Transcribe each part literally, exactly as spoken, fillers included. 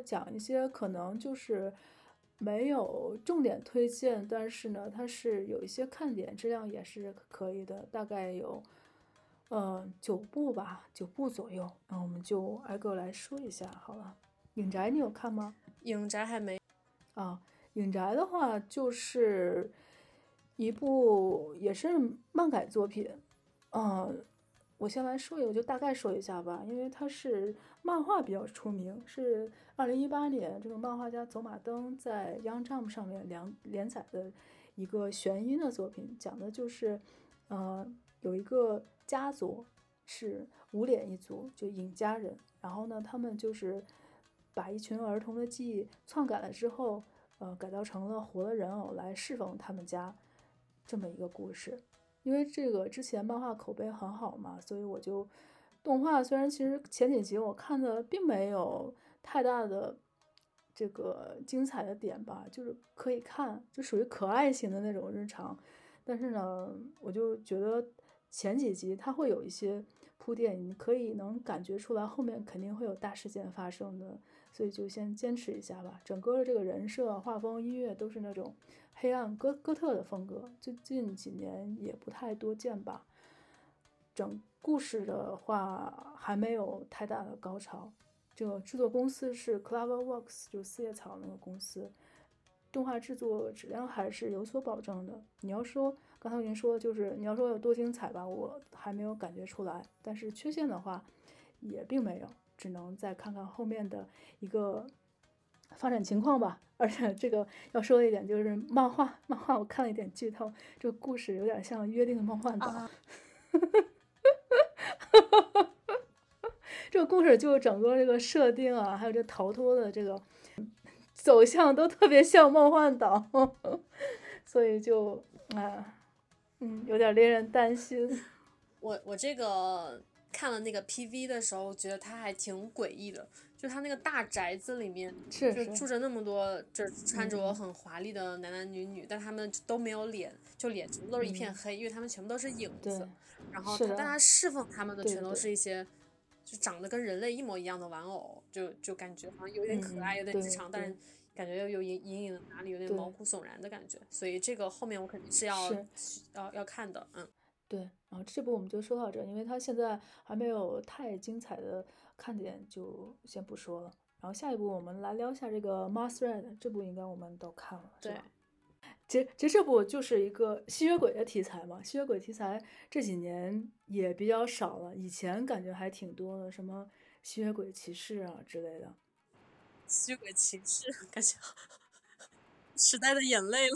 讲一些可能就是没有重点推荐，但是呢，它是有一些看点，质量也是可以的，大概有呃九部吧，九部左右。那我们就挨个来说一下好了。影宅你有看吗？ 影宅还没啊，影宅的话就是一部也是漫改作品，呃，我先来说一个，就大概说一下吧，因为它是漫画比较出名，是二零一八年这个漫画家走马灯在 Young Jump 上面连连载的一个悬疑的作品，讲的就是呃有一个家族是无脸一族，就影家人，然后呢，他们就是把一群儿童的记忆篡改了之后，呃，改造成了活的人偶来侍奉他们家，这么一个故事。因为这个之前漫画口碑很好嘛，所以我就动画虽然其实前几集我看的并没有太大的这个精彩的点吧，就是可以看，就属于可爱型的那种日常。但是呢，我就觉得前几集它会有一些铺垫，你可以能感觉出来后面肯定会有大事件发生的，所以就先坚持一下吧。整个的这个人设、画风、音乐都是那种黑暗哥哥特的风格，最近几年也不太多见吧。整故事的话还没有太大的高潮。这个制作公司是 Cloverworks， 就四叶草那个公司，动画制作质量还是有所保证的。你要说刚才我已经说了，就是你要说有多精彩吧，我还没有感觉出来，但是缺陷的话也并没有，只能再看看后面的一个发展情况吧。而且这个要说的一点就是漫画，漫画我看了一点剧透，这个故事有点像《约定的梦幻岛》啊这个故事就整个这个设定啊，还有这逃脱的这个走向都特别像梦幻岛，所以就啊，嗯，有点令人担心。 我我这个看了那个 P V 的时候，觉得它还挺诡异的，就它那个大宅子里面， 是就住着那么多，就是穿着嗯很华丽的男男女女，但他们都没有脸，就脸全部都是一片黑，因为他们全部都是影子。 对， 然后他， 是的但他侍奉他们的全都对对对是一些，就长得跟人类一模一样的玩偶，就就感觉好像有点可爱，有嗯， 点日常，但对对是感觉又有隐隐隐的哪里有点毛对， 骨悚然的感觉。所以这个后面我肯定是要是， 要要看的，嗯。 对。然后这部我们就说到这，因为它现在还没有太精彩的看点，就先不说了。然后下一步我们来聊一下这个《Mars Red》，这部应该我们都看了，是吧？其实，其实这部就是一个吸血鬼的题材嘛。吸血鬼题材这几年也比较少了，以前感觉还挺多的，什么吸血鬼骑士啊之类的。 吸血鬼骑士，感觉时代的眼泪了。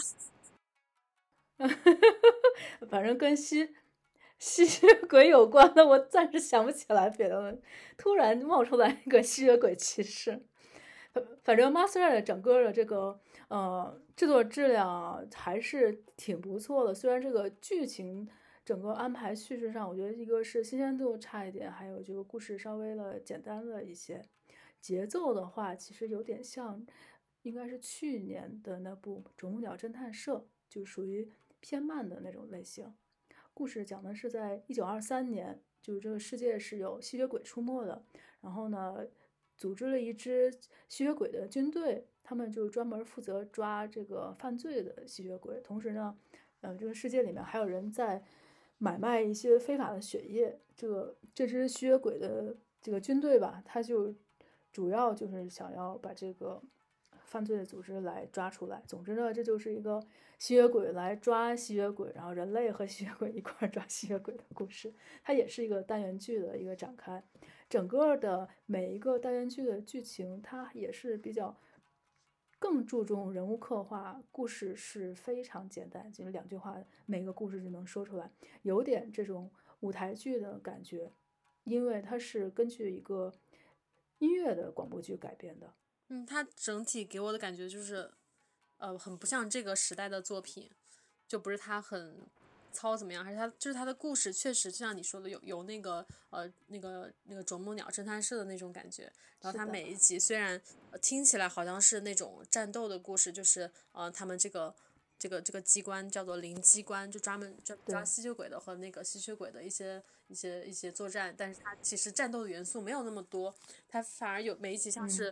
反正跟吸吸血鬼有关的，我暂时想不起来别的了。突然冒出来一个吸血鬼骑士。反正 Master 整个的这个呃制作质量还是挺不错的，虽然这个剧情整个安排叙事上，我觉得一个是新鲜度差一点，还有这个故事稍微的简单了一些。节奏的话，其实有点像，应该是去年的那部《啄木鸟侦探社》，就属于偏慢的那种类型。故事讲的是在一九二三年，就是这个世界是有吸血鬼出没的，然后呢，组织了一支吸血鬼的军队，他们就专门负责抓这个犯罪的吸血鬼。同时呢，呃，这个世界里面还有人在买卖一些非法的血液。这个这支吸血鬼的这个军队吧，他就主要就是想要把这个犯罪的组织来抓出来。总之呢，这就是一个吸血鬼来抓吸血鬼，然后人类和吸血鬼一块抓吸血鬼的故事。它也是一个单元剧的一个展开。整个的每一个单元剧的剧情，它也是比较更注重人物刻画，故事是非常简单，就是两句话每个故事就能说出来，有点这种舞台剧的感觉，因为它是根据一个音乐的广播剧改编的。 嗯，它整体给我的感觉就是，呃，很不像这个时代的作品，就不是它很糙怎么样，还是它就是它的故事确实就像你说的有有那个呃那个那个啄木鸟侦探社的那种感觉。然后它每一集虽然、呃、听起来好像是那种战斗的故事，就是呃他们这个。这个这个机关叫做灵机关，就专门抓抓吸血鬼的和那个吸血鬼的一些一些一些作战，但是它其实战斗的元素没有那么多，它反而有每一集像是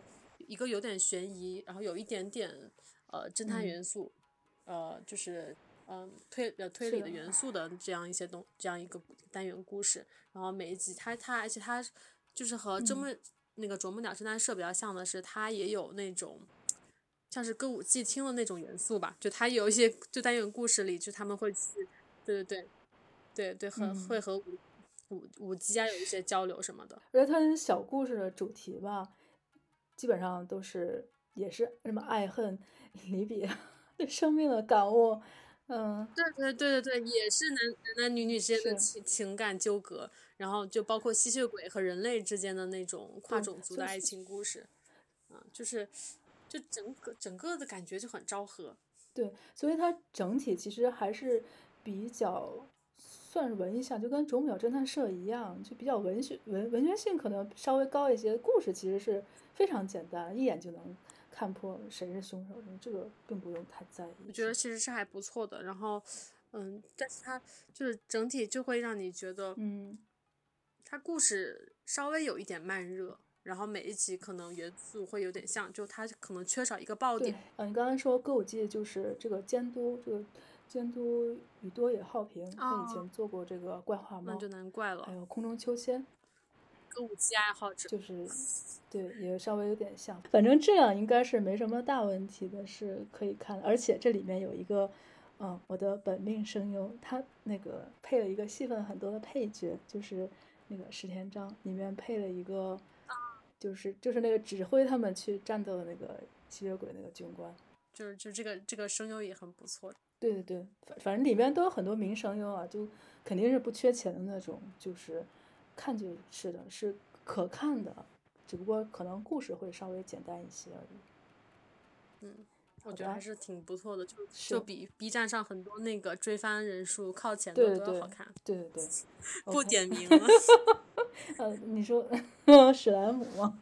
一个有点悬疑，然后有一点点呃侦探元素，嗯、呃就是嗯、呃、推呃推理的元素的这样一些东这样一个单元故事，然后每一集它它而且它就是和周末、嗯、那个啄木鸟侦探社比较像的是，它也有那种像是歌舞伎町的那种元素吧，就它有一些就单元故事里就他们会去对对对对对和、嗯、会和舞舞舞姬啊有一些交流什么的。 而且它小故事的主题吧，基本上都是也是什么爱恨离别对生命的感悟。嗯， 对对对对对，也是男男男女女之间的情情感纠葛，然后就包括吸血鬼和人类之间的那种跨种族的爱情故事，啊、嗯，就是就整个整个的感觉就很昭和。 对，所以它整体其实还是比较算是文艺向，就跟啄木鸟侦探社一样，就比较文学文文学性可能稍微高一些，故事其实是非常简单，一眼就能看破谁是凶手，这个并不用太在意。 我觉得其实是还不错的，然后，嗯，但是它就是整体就会让你觉得， 嗯， 它故事稍微有一点慢热，然后每一集可能元素会有点像，就它可能缺少一个爆点。 嗯，你刚才说歌舞伎就是这个监督，这个监督宇多野浩平，他以前做过这个怪画猫， 那就难怪了， 还有空中秋千。 歌舞伎爱好者就是对，也稍微有点像，反正这样应该是没什么大问题的，是可以看的。而且这里面有一个嗯，我的本命声优，他那个配了一个戏份很多的配角，就是那个石田章，里面配了一个就是就是那个指挥他们去战斗的那个吸血鬼那个军官， 就是就这个这个声优也很不错。 对对对，反反正里面都有很多名声优啊，就肯定是不缺钱的那种，就是看就是的，是可看的，只不过可能故事会稍微简单一些而已。 嗯，我觉得还是挺不错的，就就比 B 站上很多那个追番人数靠前的都要好看。 对对对， 不点名了。 呃，你说史莱姆吗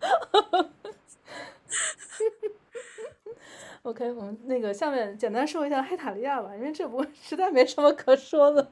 ？OK，我们那个下面简单说一下黑塔利亚吧，因为这部实在没什么可说的。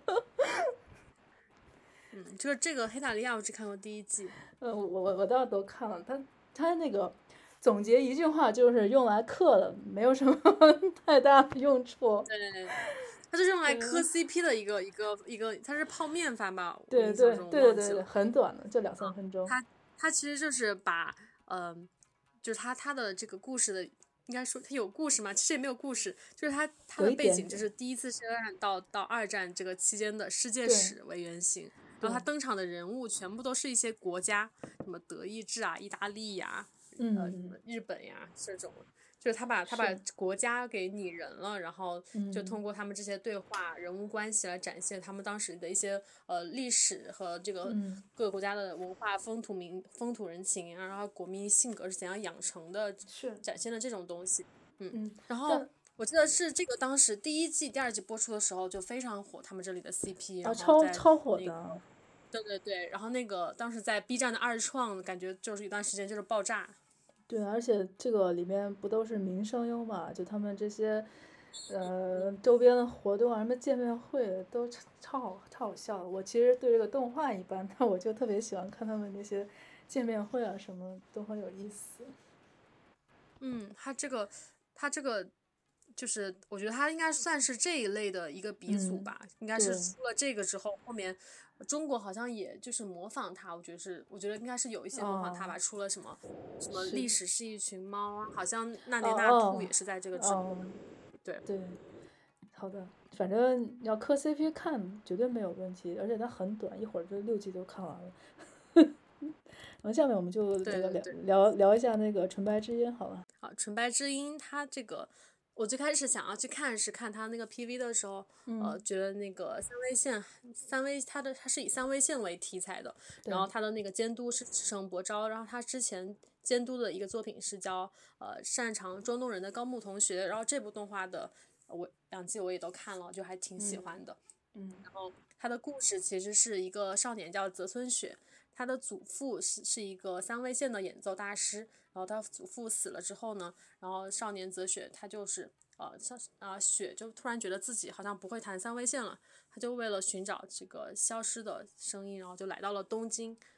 嗯，就是这个黑塔利亚我只看过第一季。 呃，我我我倒都看了，他他那个总结一句话就是用来嗑的，没有什么太大的用处。 对，它就是用来磕 C P 的一个一个一个，它是泡面番吧？ 对对对对对对，很短的，就两三分钟。 它它其实就是把呃，就是它它的这个故事的，应该说它有故事吗？其实也没有故事，就是它它的背景就是第一次世界大战到到二战这个期间的世界史为原型。然后他登场的人物全部都是一些国家，什么德意志啊、意大利呀、 嗯、 呃、什么日本呀这种，就是他把他把国家给拟人了，然后就通过他们这些对话、人物关系来展现他们当时的一些呃历史和这个各个国家的文化、风土民风土人情啊，然后国民性格是怎样养成的，展现的这种东西。嗯， 嗯然后。我记得是这个，当时第一季、第二季播出的时候就非常火，他们这里的 C P， 然后在、那个、 超超火的。 对对对，然后那个当时在 B 站的二创，感觉就是一段时间就是爆炸。 对，而且这个里面不都是名声优嘛？就他们这些，呃，周边的活动啊，什么见面会都超好，超好笑的。我其实对这个动画一般，但我就特别喜欢看他们那些见面会啊，什么都很有意思。 嗯，他这个，他这个。就是我觉得他应该算是这一类的一个鼻祖吧、嗯、应该是出了这个之后后面中国好像也就是模仿他，我觉得是我觉得应该是有一些模仿他吧、哦、出了什么什么历史是一群猫啊，好像那年那兔也是在这个之后、哦、对对，好的，反正要磕 C P 看绝对没有问题，而且它很短，一会儿就六集都看完了然后下面我们就这个聊聊聊一下那个纯白之音好了。 好，纯白之音它这个我最开始想要去看是看他那个 P V 的时候、 嗯、 呃，觉得那个三味线三味他的他是以三味线为题材的，然后他的那个监督是赤城博昭，然后他之前监督的一个作品是叫呃擅长捉弄人的高木同学，然后这部动画的我两季我也都看了，就还挺喜欢的。 嗯， 然后他的故事其实是一个少年叫泽村雪，他的祖父是是一个三味线的演奏大师，然后他祖父死了之后呢，然后少年泽雪他就是呃像啊雪就突然觉得自己好像不会弹三味线了，他就为了寻找这个消失的声音，然后就来到了东京，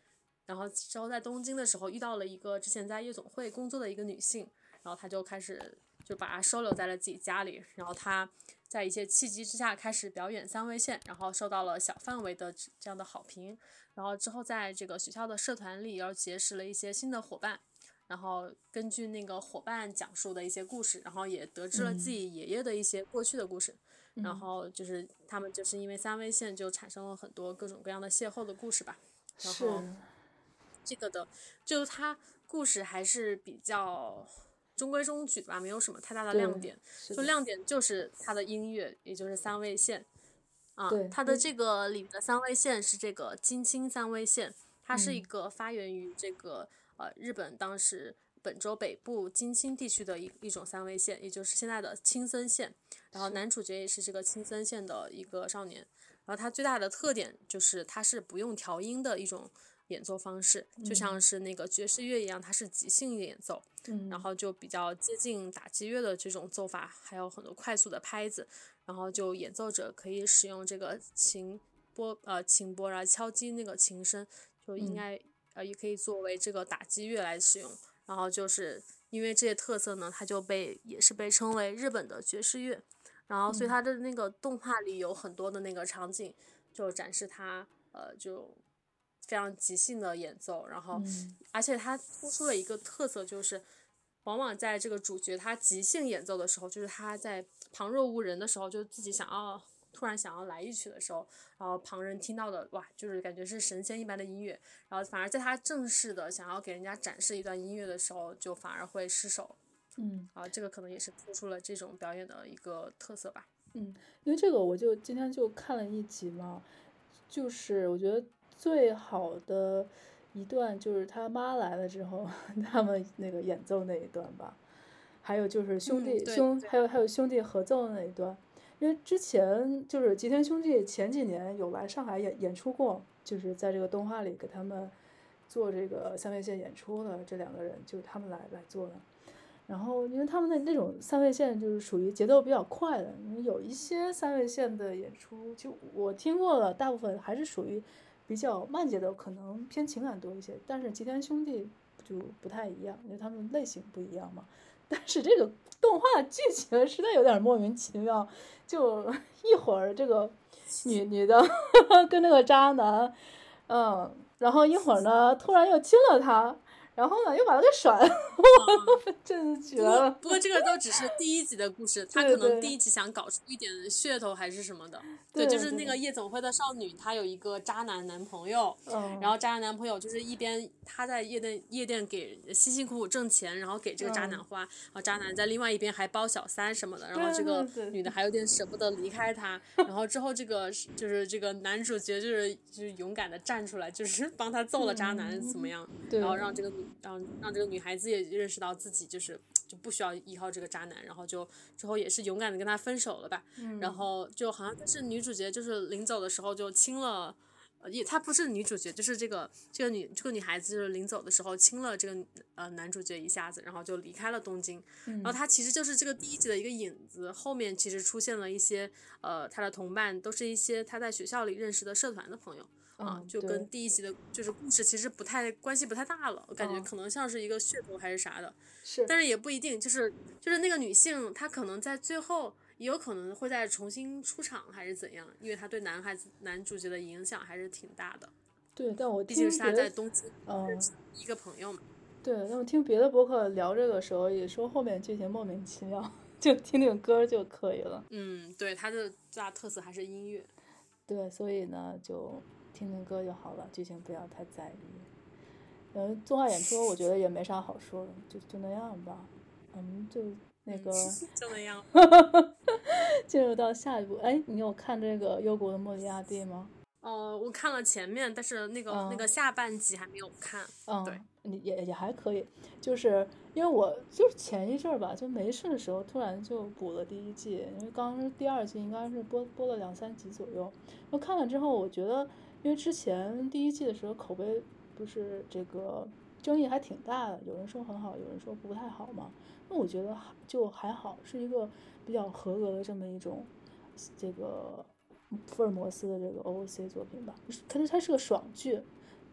然后之后在东京的时候遇到了一个之前在夜总会工作的一个女性，然后他就开始就把她收留在了自己家里，然后他在一些契机之下开始表演三味线，然后受到了小范围的这样的好评，然后之后在这个学校的社团里又结识了一些新的伙伴，然后根据那个伙伴讲述的一些故事，然后也得知了自己爷爷的一些过去的故事， 嗯、 然后就是他们就是因为三味线就产生了很多各种各样的邂逅的故事吧。然后这个的就它故事还是比较中规中矩吧，没有什么太大的亮点，就亮点就是它的音乐，也就是三味线啊。它的这个里面的三味线是这个金青三味线，它是一个发源于这个、嗯、呃日本当时本州北部金青地区的一一种三味线，也就是现在的青森县。然后男主角也是这个青森县的一个少年。然后它最大的特点就是它是不用调音的一种演奏方式，就像是那个爵士乐一样，它是即兴演奏， 嗯、 然后就比较接近打击乐的这种奏法，还有很多快速的拍子，然后就演奏者可以使用这个琴拨呃琴拨啊敲击那个琴声，就应该、嗯、呃也可以作为这个打击乐来使用。然后就是因为这些特色呢，它就被也是被称为日本的爵士乐。然后所以它的那个动画里有很多的那个场景，就展示它呃就非常即兴的演奏，然后、 嗯、 而且它突出了一个特色，就是往往在这个主角他即兴演奏的时候，就是他在旁若无人的时候，就自己想要突然想要来一曲的时候，然后旁人听到的哇，就是感觉是神仙一般的音乐，然后反而在他正式的想要给人家展示一段音乐的时候，就反而会失手。 嗯啊，这个可能也是突出了这种表演的一个特色吧。 嗯，因为这个我就今天就看了一集嘛，就是我觉得最好的一段就是他妈来了之后，他们那个演奏那一段吧，还有就是兄弟、 嗯、 兄，还有还有兄弟合奏的那一段，因为之前就是吉田兄弟前几年有来上海演演出过，就是在这个动画里给他们做这个三味线演出的这两个人，就是他们来来做的。然后因为他们的那种三味线就是属于节奏比较快的，因为有一些三味线的演出就我听过了，大部分还是属于比较慢节奏，可能偏情感多一些，但是吉田兄弟就不太一样，因为他们类型不一样嘛。但是这个动画剧情实在有点莫名其妙，就一会儿这个女女的跟那个渣男嗯，然后一会儿呢突然又亲了他，然后呢又把他给甩了，我真是绝了。 不过这个都只是第一集的故事，他可能第一集想搞出一点噱头还是什么的。 对, 对，就是那个夜总会的少女，她有一个渣男男朋友， 嗯、 然后渣男男朋友就是一边他在夜店夜店给辛辛苦苦挣钱，然后给这个渣男花，嗯、然后渣男在另外一边还包小三什么的，然后这个女的还有点舍不得离开他，然后之后这个就是这个男主角就是就是勇敢的站出来，就是帮他揍了渣男、嗯、怎么样，然后让这个让让这个女孩子也认识到自己就是就不需要依靠这个渣男，然后就之后也是勇敢的跟他分手了吧， 嗯、 然后就好像是女主角就是临走的时候就亲了。也，她不是女主角，就是这个这个女这个女孩子，就是临走的时候亲了这个呃男主角一下子，然后就离开了东京。 嗯、 然后她其实就是这个第一集的一个引子，后面其实出现了一些呃她的同伴，都是一些她在学校里认识的社团的朋友啊、 嗯， 就跟第一集的就是故事其实不太关系不太大了，我感觉可能像是一个噱头还是啥的， 是， 但是也不一定，就是就是那个女性她可能在最后。也有可能会再重新出场还是怎样，因为他对男孩子男主角的影响还是挺大的。 对，但我毕竟是他在东京认识一个朋友嘛。 对，但我听别的播客聊这个时候也说后面剧情莫名其妙，就听听歌就可以了。 嗯，对，他的最大特色还是音乐。 对，所以呢就听听歌就好了，剧情不要太在意。嗯，动画演出我觉得也没啥好说的，就就那样吧。嗯，就。那个就那样， 进入到下一步。哎，你有看这个《忧国的莫里亚蒂》吗？ 哦、呃，我看了前面，但是那个、 嗯、 那个下半集还没有看。 嗯， 对， 也也还可以，就是因为我就是前一阵儿吧，就没事的时候突然就补了第一季，因为刚刚第二季应该是播播了两三集左右。我看了之后，我觉得因为之前第一季的时候口碑不是这个争议还挺大的，有人说很好，有人说不太好嘛。那我觉得就还好，是一个比较合格的这么一种这个福尔摩斯的这个 O O C 作品吧。可是它是个爽剧，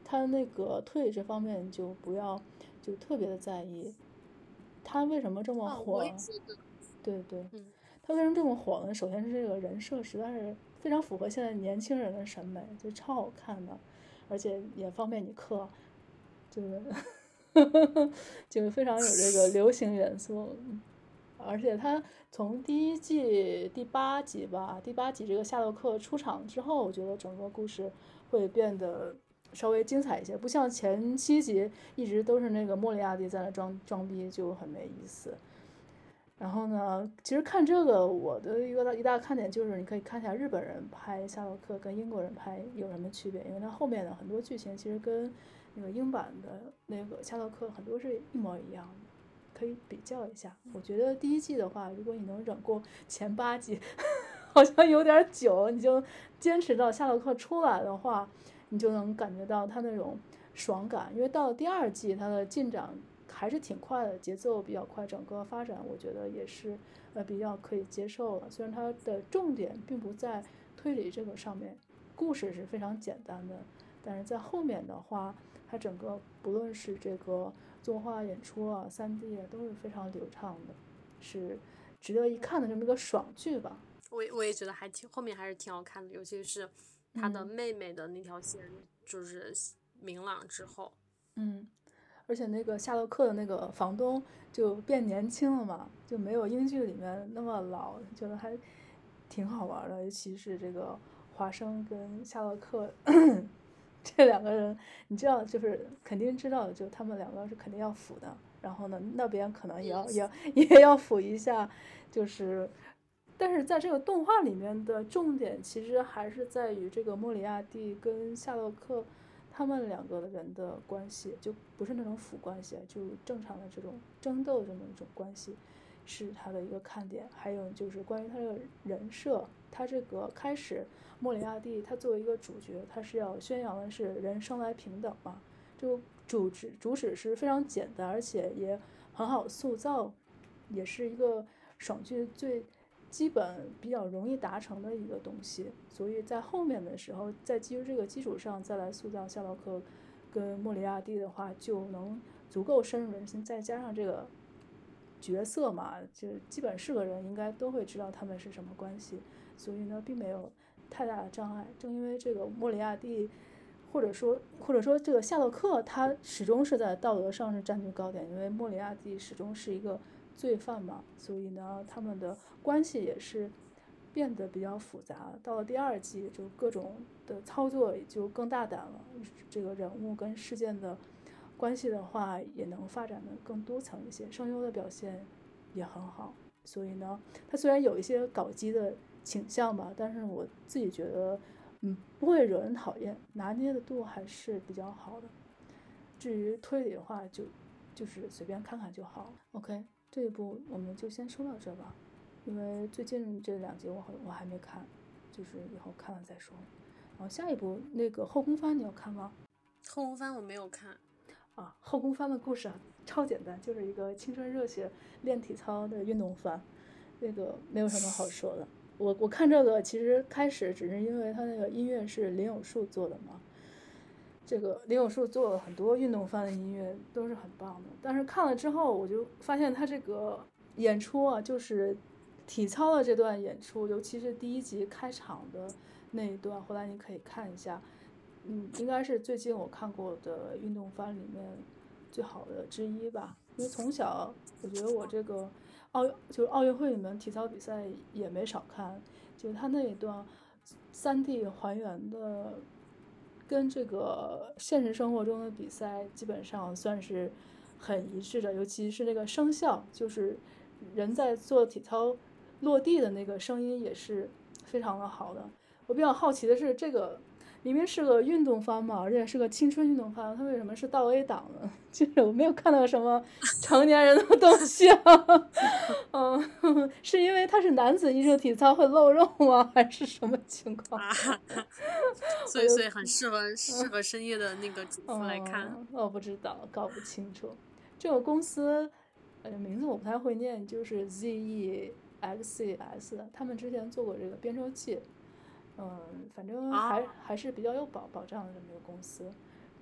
他那个推理这方面就不要就特别的在意。他为什么这么哦， 火？ 我也觉得， 对对， 嗯， 他为什么这么火呢？首先是这个人设实在是非常符合现在年轻人的审美，就超好看的，而且也方便你嗑，就是就是非常有这个流行元素。而且他从第一季第八集吧，第八集这个夏洛克出场之后，我觉得整个故事会变得稍微精彩一些，不像前七集一直都是那个莫里亚蒂在那装装逼，就很没意思。然后呢，其实看这个我的一个一大看点就是，你可以看一下日本人拍夏洛克跟英国人拍有什么区别，因为它后面的很多剧情其实跟那个英版的那个夏洛克很多是一模一样的，可以比较一下。我觉得第一季的话，如果你能忍过前八集，好像有点久，你就坚持到夏洛克出来的话，你就能感觉到他那种爽感。因为到了第二季，它的进展还是挺快的，节奏比较快，整个发展我觉得也是呃比较可以接受了。虽然它的重点并不在推理这个上面，故事是非常简单的，但是在后面的话，它整个不论是这个作画演出啊、三 D 啊，都是非常流畅的，是值得一看的这么一个爽剧吧。 我我也觉得还挺后面还是挺好看的，尤其是他的妹妹的那条线就是明朗之后， 嗯。而且那个夏洛克的那个房东就变年轻了嘛，就没有英剧里面那么老，觉得还挺好玩的。尤其是这个华生跟夏洛克这两个人，你知道，就是肯定知道，就他们两个是肯定要辅的。然后呢，那边可能也要也要也要辅一下，就是，但是在这个动画里面的重点其实还是在于这个莫里亚蒂跟夏洛克。他们两个人的关系就不是那种辅关系，就正常的这种争斗这么一种关系，是他的一个看点。还有就是关于他这个人设，他这个开始莫里亚蒂他作为一个主角，他是要宣扬的是人生来平等嘛，就主旨主旨是非常简单，而且也很好塑造，也是一个爽剧最基本比较容易达成的一个东西，所以在后面的时候，在基于这个基础上再来塑造夏洛克跟莫里亚蒂的话，就能足够深入人心。再加上这个角色嘛，就基本是个人应该都会知道他们是什么关系，所以呢，并没有太大的障碍。正因为这个莫里亚蒂，或者说或者说这个夏洛克，他始终是在道德上是占据高点，因为莫里亚蒂始终是一个罪犯嘛，所以呢，他们的关系也是变得比较复杂。到了第二季，就各种的操作也就更大胆了，这个人物跟事件的关系的话，也能发展的更多层一些。声优的表现也很好，所以呢，它虽然有一些搞基的倾向吧，但是我自己觉得，嗯，不会惹人讨厌，拿捏的度还是比较好的。至于推理的话，就就是随便看看就好。OK。这一部我们就先说到这吧，因为最近这两集我我还没看，就是以后看了再说。然后下一部那个后宫番你有看吗？ 后宫番我没有看啊，后宫番的故事超简单，就是一个青春热血练体操的运动番，那个没有什么好说的。我我看这个其实开始只是因为他那个音乐是林有树做的嘛，这个林有树做了很多运动番的音乐都是很棒的，但是看了之后我就发现他这个演出啊，就是体操的这段演出，尤其是第一集开场的那一段，后来你可以看一下，嗯，应该是最近我看过的运动番里面最好的之一吧。因为从小我觉得我这个奥就是奥运会里面体操比赛也没少看，就他那一段三 D 还原的。跟这个现实生活中的比赛基本上算是很一致的，尤其是那个声效，就是人在做体操落地的那个声音也是非常的好的。我比较好奇的是，这个明明是个运动番嘛，而且是个青春运动番，它为什么是倒 A 档呢？就是我没有看到什么成年人的东西啊。嗯，是因为他是男子艺术体操会露肉吗？还是什么情况？ 啊，所以所以很适合适合深夜的那个主妇来看。 嗯，我不知道，搞不清楚。这个公司，呃，名字我不太会念，就是 Z E X C S，他们之前做过这个编周记，嗯，反正还、 哦， 还是比较有保保障的这么一个公司。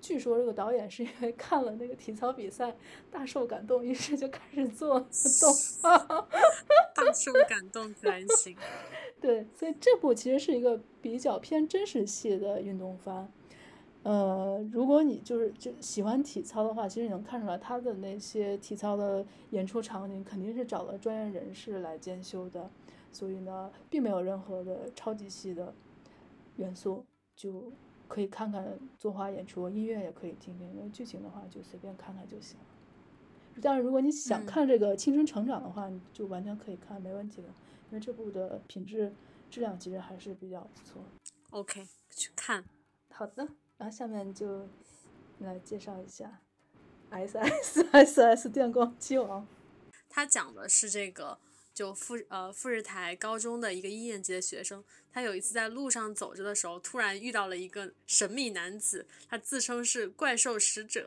据说这个导演是因为看了那个体操比赛大受感动，于是就开始做动画。 大受感动自然行。 对，所以这部其实是一个比较偏真实系的运动番。呃，如果你就是就喜欢体操的话，其实你能看出来他的那些体操的演出场景肯定是找了专业人士来监修的，所以呢，并没有任何的超级系的元素，就可以看看作画演出，音乐也可以听听，因为剧情的话就随便看看就行了。当然，如果你想看这个青春成长的话，你就完全可以看，没问题的，因为这部的品质质量其实还是比较不错。 OK， 去看。 好的。然后下面就来介绍一下 S S S S 电光机王。 他讲的是这个就富呃富士台高中的一个一年级的学生，他有一次在路上走着的时候，突然遇到了一个神秘男子，他自称是怪兽使者。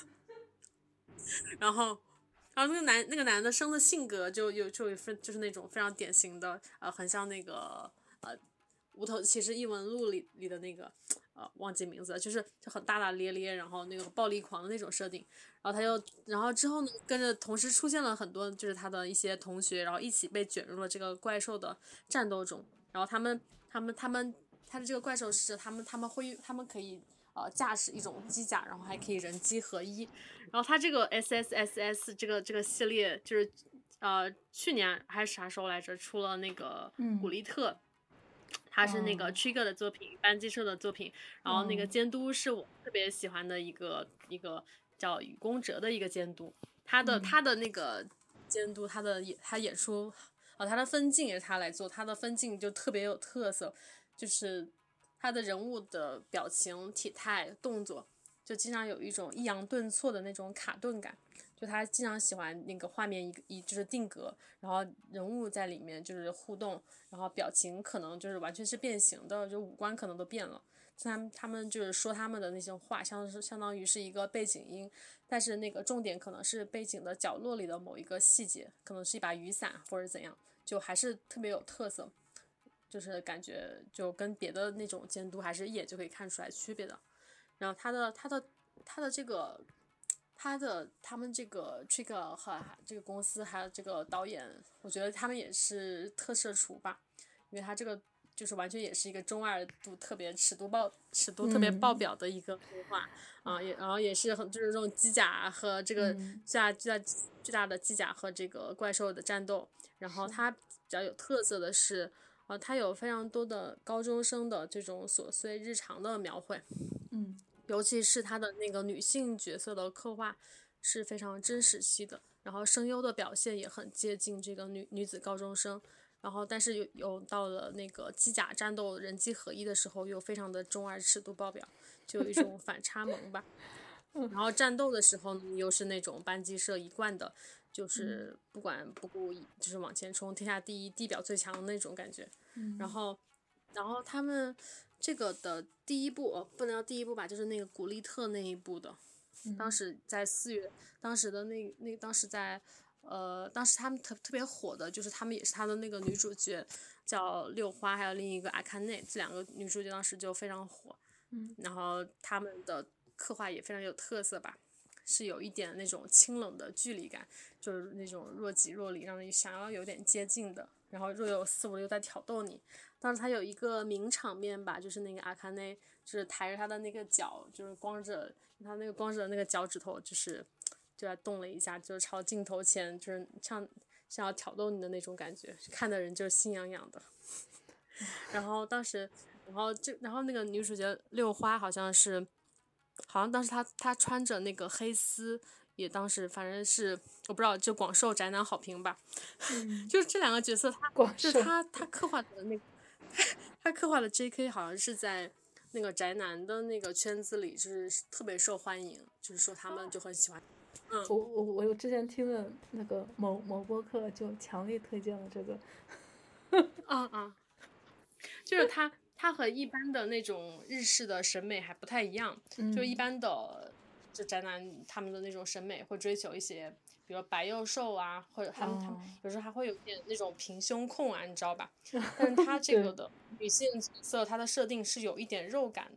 然后然后那个男那个男的生的性格就有就有就是那种非常典型的呃很像那个呃无头骑士异闻录里里的那个呃忘记名字了，就是就很大大咧咧，然后那个暴力狂的那种设定。然后他就然后之后呢跟着同时出现了很多就是他的一些同学，然后一起被卷入了这个怪兽的战斗中。然后他们他们他们他的这个怪兽是他们他们会他们可以呃驾驶一种机甲，然后还可以人机合一。然后他这个 S S S S 这个这个系列就是呃去年还是啥时候来着出了那个古力特。嗯，他是那个 Trigger 的作品，班机社的作品，然后那个监督是我特别喜欢的一个一个叫雨宫哲的一个监督，他的他的那个监督，他的他演出，呃，他的分镜也是他来做，他的分镜就特别有特色，就是他的人物的表情、体态、动作，就经常有一种抑扬顿挫的那种卡顿感。就他经常喜欢那个画面一一就是定格，然后人物在里面就是互动，然后表情可能就是完全是变形的，就五官可能都变了。他们他们就是说他们的那些话，相是相当于是一个背景音，但是那个重点可能是背景的角落里的某一个细节，可能是一把雨伞或者怎样，就还是特别有特色，就是感觉就跟别的那种监督还是一眼就可以看出来区别的。然后他的他的他的这个。他的他们这个 Trigger 和这个公司还有这个导演，我觉得他们也是特摄厨吧，因为他这个就是完全也是一个中二度特别尺度爆尺度特别爆表的一个动画、嗯、啊，也然后也是很就是这种机甲和这个巨大巨大巨大的机甲和这个怪兽的战斗，然后它比较有特色的是，呃，它有非常多的高中生的这种琐碎日常的描绘， 嗯。 尤其是她的那个女性角色的刻画是非常真实系的，然后声优的表现也很接近这个女女子高中生，然后但是有有到了那个机甲战斗人机合一的时候，又非常的中二尺度爆表，就有一种反差萌吧。然后战斗的时候呢，又是那种班级社一贯的，就是不管不顾就是往前冲，天下第一，地表最强的那种感觉。然后，然后他们。这个的第一部、哦、不能叫第一部吧，就是那个古力特那一部的，当时在四月，当时的那那当时在呃，当时他们特特别火的，就是他们也是他的那个女主角叫六花，还有另一个阿卡内，这两个女主角当时就非常火， 嗯， 然后他们的刻画也非常有特色吧，是有一点那种清冷的距离感，就是那种若即若离，让人想要有点接近的，然后若有似无又在挑逗你。当时他有一个名场面吧，就是那个阿卡内就是抬着他的那个脚，就是光着他那个光着那个脚趾头，就是就在动了一下，就是朝镜头前，就是像像要挑逗你的那种感觉，看的人就是心痒痒的。然后当时，然后就然后那个女主角六花好像是，好像当时她她穿着那个黑丝。也当时反正是我不知道，就广受宅男好评吧。 嗯、 就是这两个角色，他就是他他刻画的那个，他刻画的 J K 好像是在那个宅男的那个圈子里，就是特别受欢迎，就是说他们就很喜欢。嗯， 我我我之前听的那个某某播客就强力推荐了这个。 啊啊，就是他他和一般的那种日式的审美还不太一样， 嗯、 就一般的。就宅男他们的那种审美会追求一些，比如白幼瘦啊，或者他们、哦、他们有时候还会有点那种平胸控啊，你知道吧？但是他这个的女性角色，她的设定是有一点肉感的，她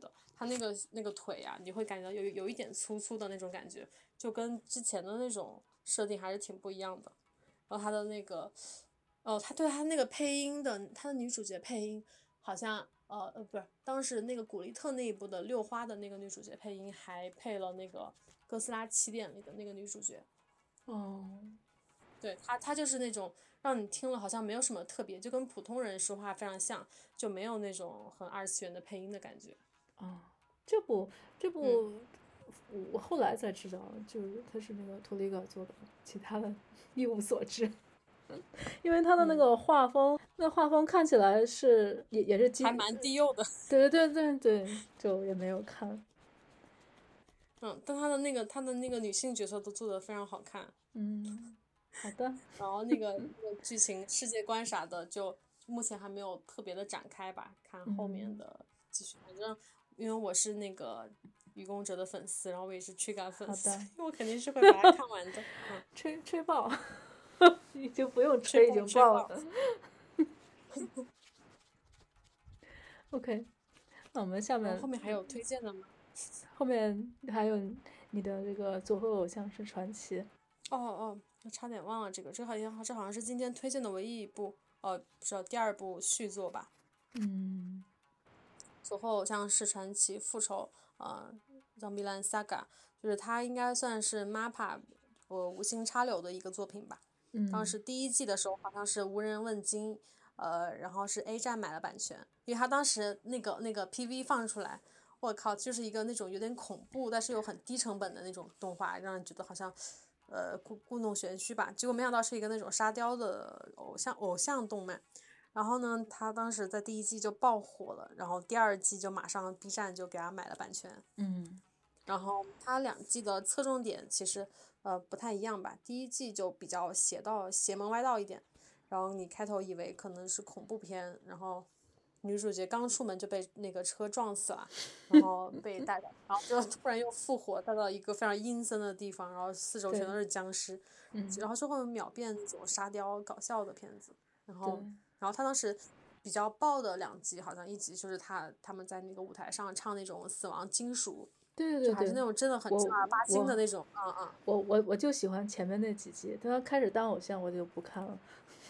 他那个那个腿啊，你会感觉到有有一点粗粗的那种感觉，就跟之前的那种设定还是挺不一样的。然后他的那个，哦，他对他那个配音的，他的女主角配音好像呃呃不是，当时那个古力特那一部的六花的那个女主角配音还配了那个哥斯拉起点里的那个女主角。 哦， 对，他他就是那种让你听了好像没有什么特别，就跟普通人说话非常像，就没有那种很二次元的配音的感觉。 啊，这部这嗯， 部我后来才知道，就是他是那个托里戈做的，其他的一无所知。因为他的那嗯个画风，那画风看起来是也也是基， 还蛮低幼的。 对对对对对，就也没有看。 嗯，但他的那个他的那个女性角色都做得非常好看。 嗯，好的。 然后那个那个剧情、世界观啥的，就目前还没有特别的展开吧，看后面嗯， 的继续。反正因为我是那个愚公者的粉丝，然后我也是驱赶粉丝， 好的。 我肯定是会把它看完的。嗯， 吹吹爆，已经不用吹吹，已经爆吹爆。 爆了。OK，那我们下面然后后面还有推荐的吗？ 后面还有你的这个佐贺偶像是传奇。 哦哦，我差点忘了这个，这好像这好像是今天推荐的唯一一部，呃，不是第二部续作吧？ 嗯佐贺偶像是传奇复仇，呃，Zombieland Saga，就是它应该算是 MAPPA 呃无心插柳的一个作品吧。当嗯时第一季的时候好像是无人问津，呃，然后是 A 站买了版权，因为他当时那个那个 P V 放出来，我靠，就是一个那种有点恐怖，但是又很低成本的那种动画，让人觉得好像呃故故弄玄虚吧。结果没想到是一个那种沙雕的偶像偶像动漫。然后呢，他当时在第一季就爆火了，然后第二季就马上 B 站就给他买了版权。 嗯然后它两季的侧重点其实呃不太一样吧，第一季就比较邪道邪门歪道一点，然后你开头以为可能是恐怖片，然后女主角刚出门就被那个车撞死了，然后被带到，然后就突然又复活，带到一个非常阴森的地方，然后四周全都是僵尸， 嗯， 然后就会秒变那种沙雕搞笑的片子，然后对然后他当时比较爆的两集，好像一集就是他他们在那个舞台上唱那种死亡金属。 对对对， 就还是那种真的很正儿八经的那种，嗯嗯。 我我我就喜欢前面那几集，等他开始当偶像，我就不看了。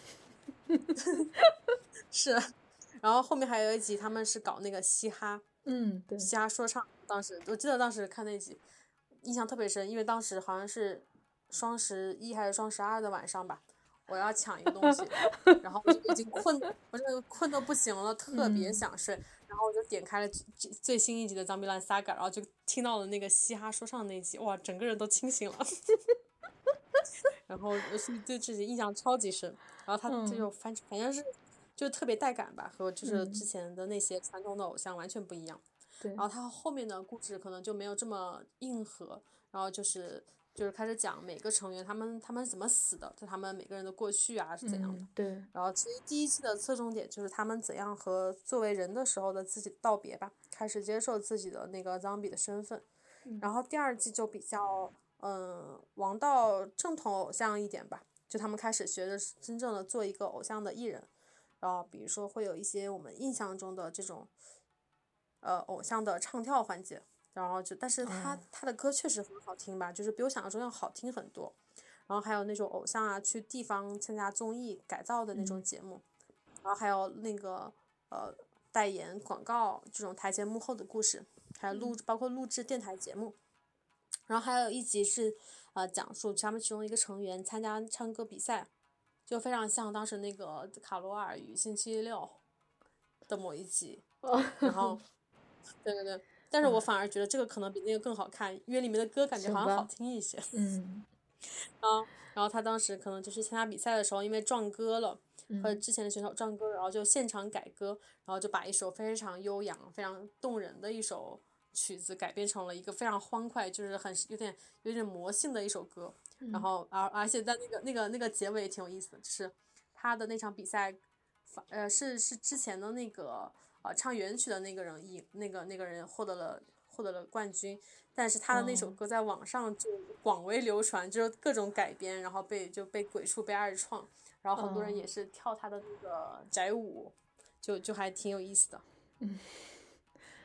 是，然后后面还有一集他们是搞那个嘻哈， 嗯，对， 嘻哈说唱，当时我记得当时看那集，印象特别深，因为当时好像是双十一还是双十二的晚上吧，我要抢一个东西，然后我就已经困，我这个困得不行了，特别想睡，然后我就点开了最最新一集的《Zombieland Saga》，然后就听到了那个嘻哈说唱那一集，哇，整个人都清醒了。然后我是对自己印象超级深，然后他这就反反正是就特别带感吧，和就是之前的那些传统的偶像完全不一样。 对， 然后他后面的故事可能就没有这么硬核，然后就是就是开始讲每个成员他们他们怎么死的，就他们每个人的过去啊是怎样的。 嗯、对， 然后其实第一季的侧重点就是他们怎样和作为人的时候的自己道别吧，开始接受自己的那个 zombie 的身份。然后第二季就比较嗯王道正统偶像一点吧，就他们开始学着真正的做一个偶像的艺人。然后比如说会有一些我们印象中的这种呃偶像的唱跳环节，然后就但是他、 哦、 他的歌确实很好听吧，就是比我想象中要好听很多。然后还有那种偶像啊去地方参加综艺改造的那种节目，嗯、然后还有那个呃代言广告这种台前幕后的故事，还有录包括录制电台节目。然后还有一集是呃讲述他们其中一个成员参加唱歌比赛，就非常像当时那个卡罗尔与星期六的某一集。然后对对对，但是我反而觉得这个可能比那个更好看，因为里面的歌感觉好像好听一些。 嗯， 然后然后他当时可能就是参加比赛的时候，因为撞歌了，和之前的选手撞歌，然后就现场改歌，然后就把一首非常悠扬、非常动人的一首曲子改编成了一个非常欢快，就是很有点有点魔性的一首歌。然后而而且在那个那个那个结尾也挺有意思的，就是他的那场比赛，呃是是之前的那个呃唱原曲的那个人赢，那个那个人获得了获得了冠军，但是他的那首歌在网上就广为流传，就是各种改编，然后被就被鬼畜被二创，然后很多人也是跳他的那个宅舞，就就还挺有意思的。 嗯，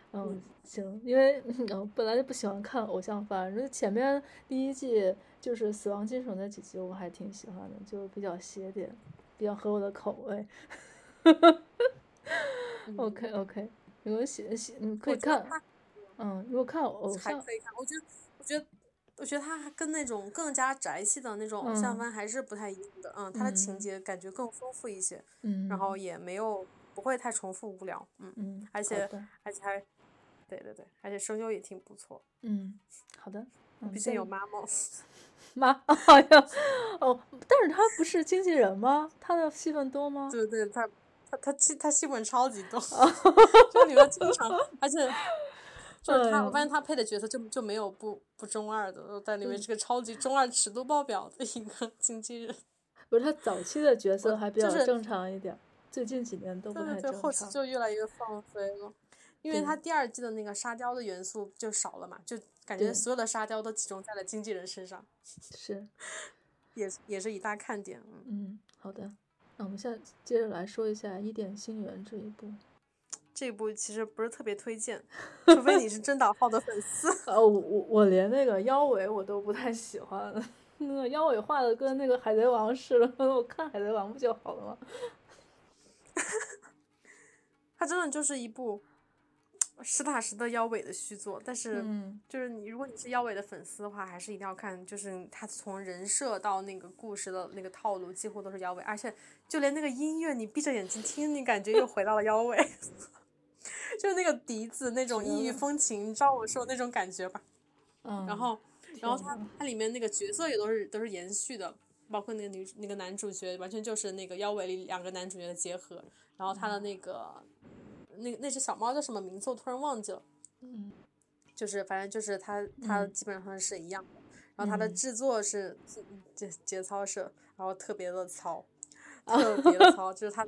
嗯，行，因为嗯本来就不喜欢看偶像番，这前面第一季就是《死亡金属》那几集我还挺喜欢的，就比较邪点，比较合我的口味。 嗯， OK OK，如果喜喜你可以看， 我觉得他嗯，如果看偶像， 还可以看，我觉得我觉得我觉得他还跟那种更加宅系的那种偶像嗯番还是不太一样的，嗯，他的情嗯节感觉更丰富一些，然后嗯也没有不会太重复无聊，嗯， 嗯， 而且好的， 而且还对对对，而且声优也挺不错， 嗯好的，嗯， 毕竟有再妈梦。 妈，好像哦，但是他不是经纪人吗？他的戏份多吗？ 对对，他他他戏他戏份超级多， 啊， 就里面经常，而且就是他，我哎呦， 发现他配的角色就就没有不不中二的，在里面对， 是个超级中二、尺度爆表的一个经纪人。 不是他早期的角我色还比就是较正常一点，最近几年都不太对对对，后期正常。 就越来越放飞了，因为对他第二季的那个沙雕的元素就少了嘛，就感觉对， 所有的沙雕都集中在了经纪人身上， 是， 也也是一大看点。嗯， 嗯，好的。那我们现在接着来说一下《伊甸星源》这一部。 这部其实不是特别推荐，除非你是真岛浩的粉丝。 呃，我我我连那个腰尾我都不太喜欢，那个腰尾画的跟那个海贼王似的，我看海贼王不就好了吗？ 它真的就是一部实打实的腰尾的续作，但是嗯就是你，如果你是腰尾的粉丝的话，还是一定要看，就是它从人设到那个故事的那个套路，几乎都是腰尾，而且就连那个音乐，你闭着眼睛听，你感觉又回到了腰尾，就是那个笛子那种异域风情，你知道我说的那种感觉吧？ 嗯， 然后，然后它天呐它里面那个角色也都是都是延续的，包括那个女那个男主角，完全就是那个腰尾里两个男主角的结合。然后他的那个那那只小猫叫什么名字，我突然忘记了。 嗯就是反正就是它它嗯基本上是一样的。然后它的嗯制作是节节操社，然后特别的糙， 啊， 特别的糙，就是它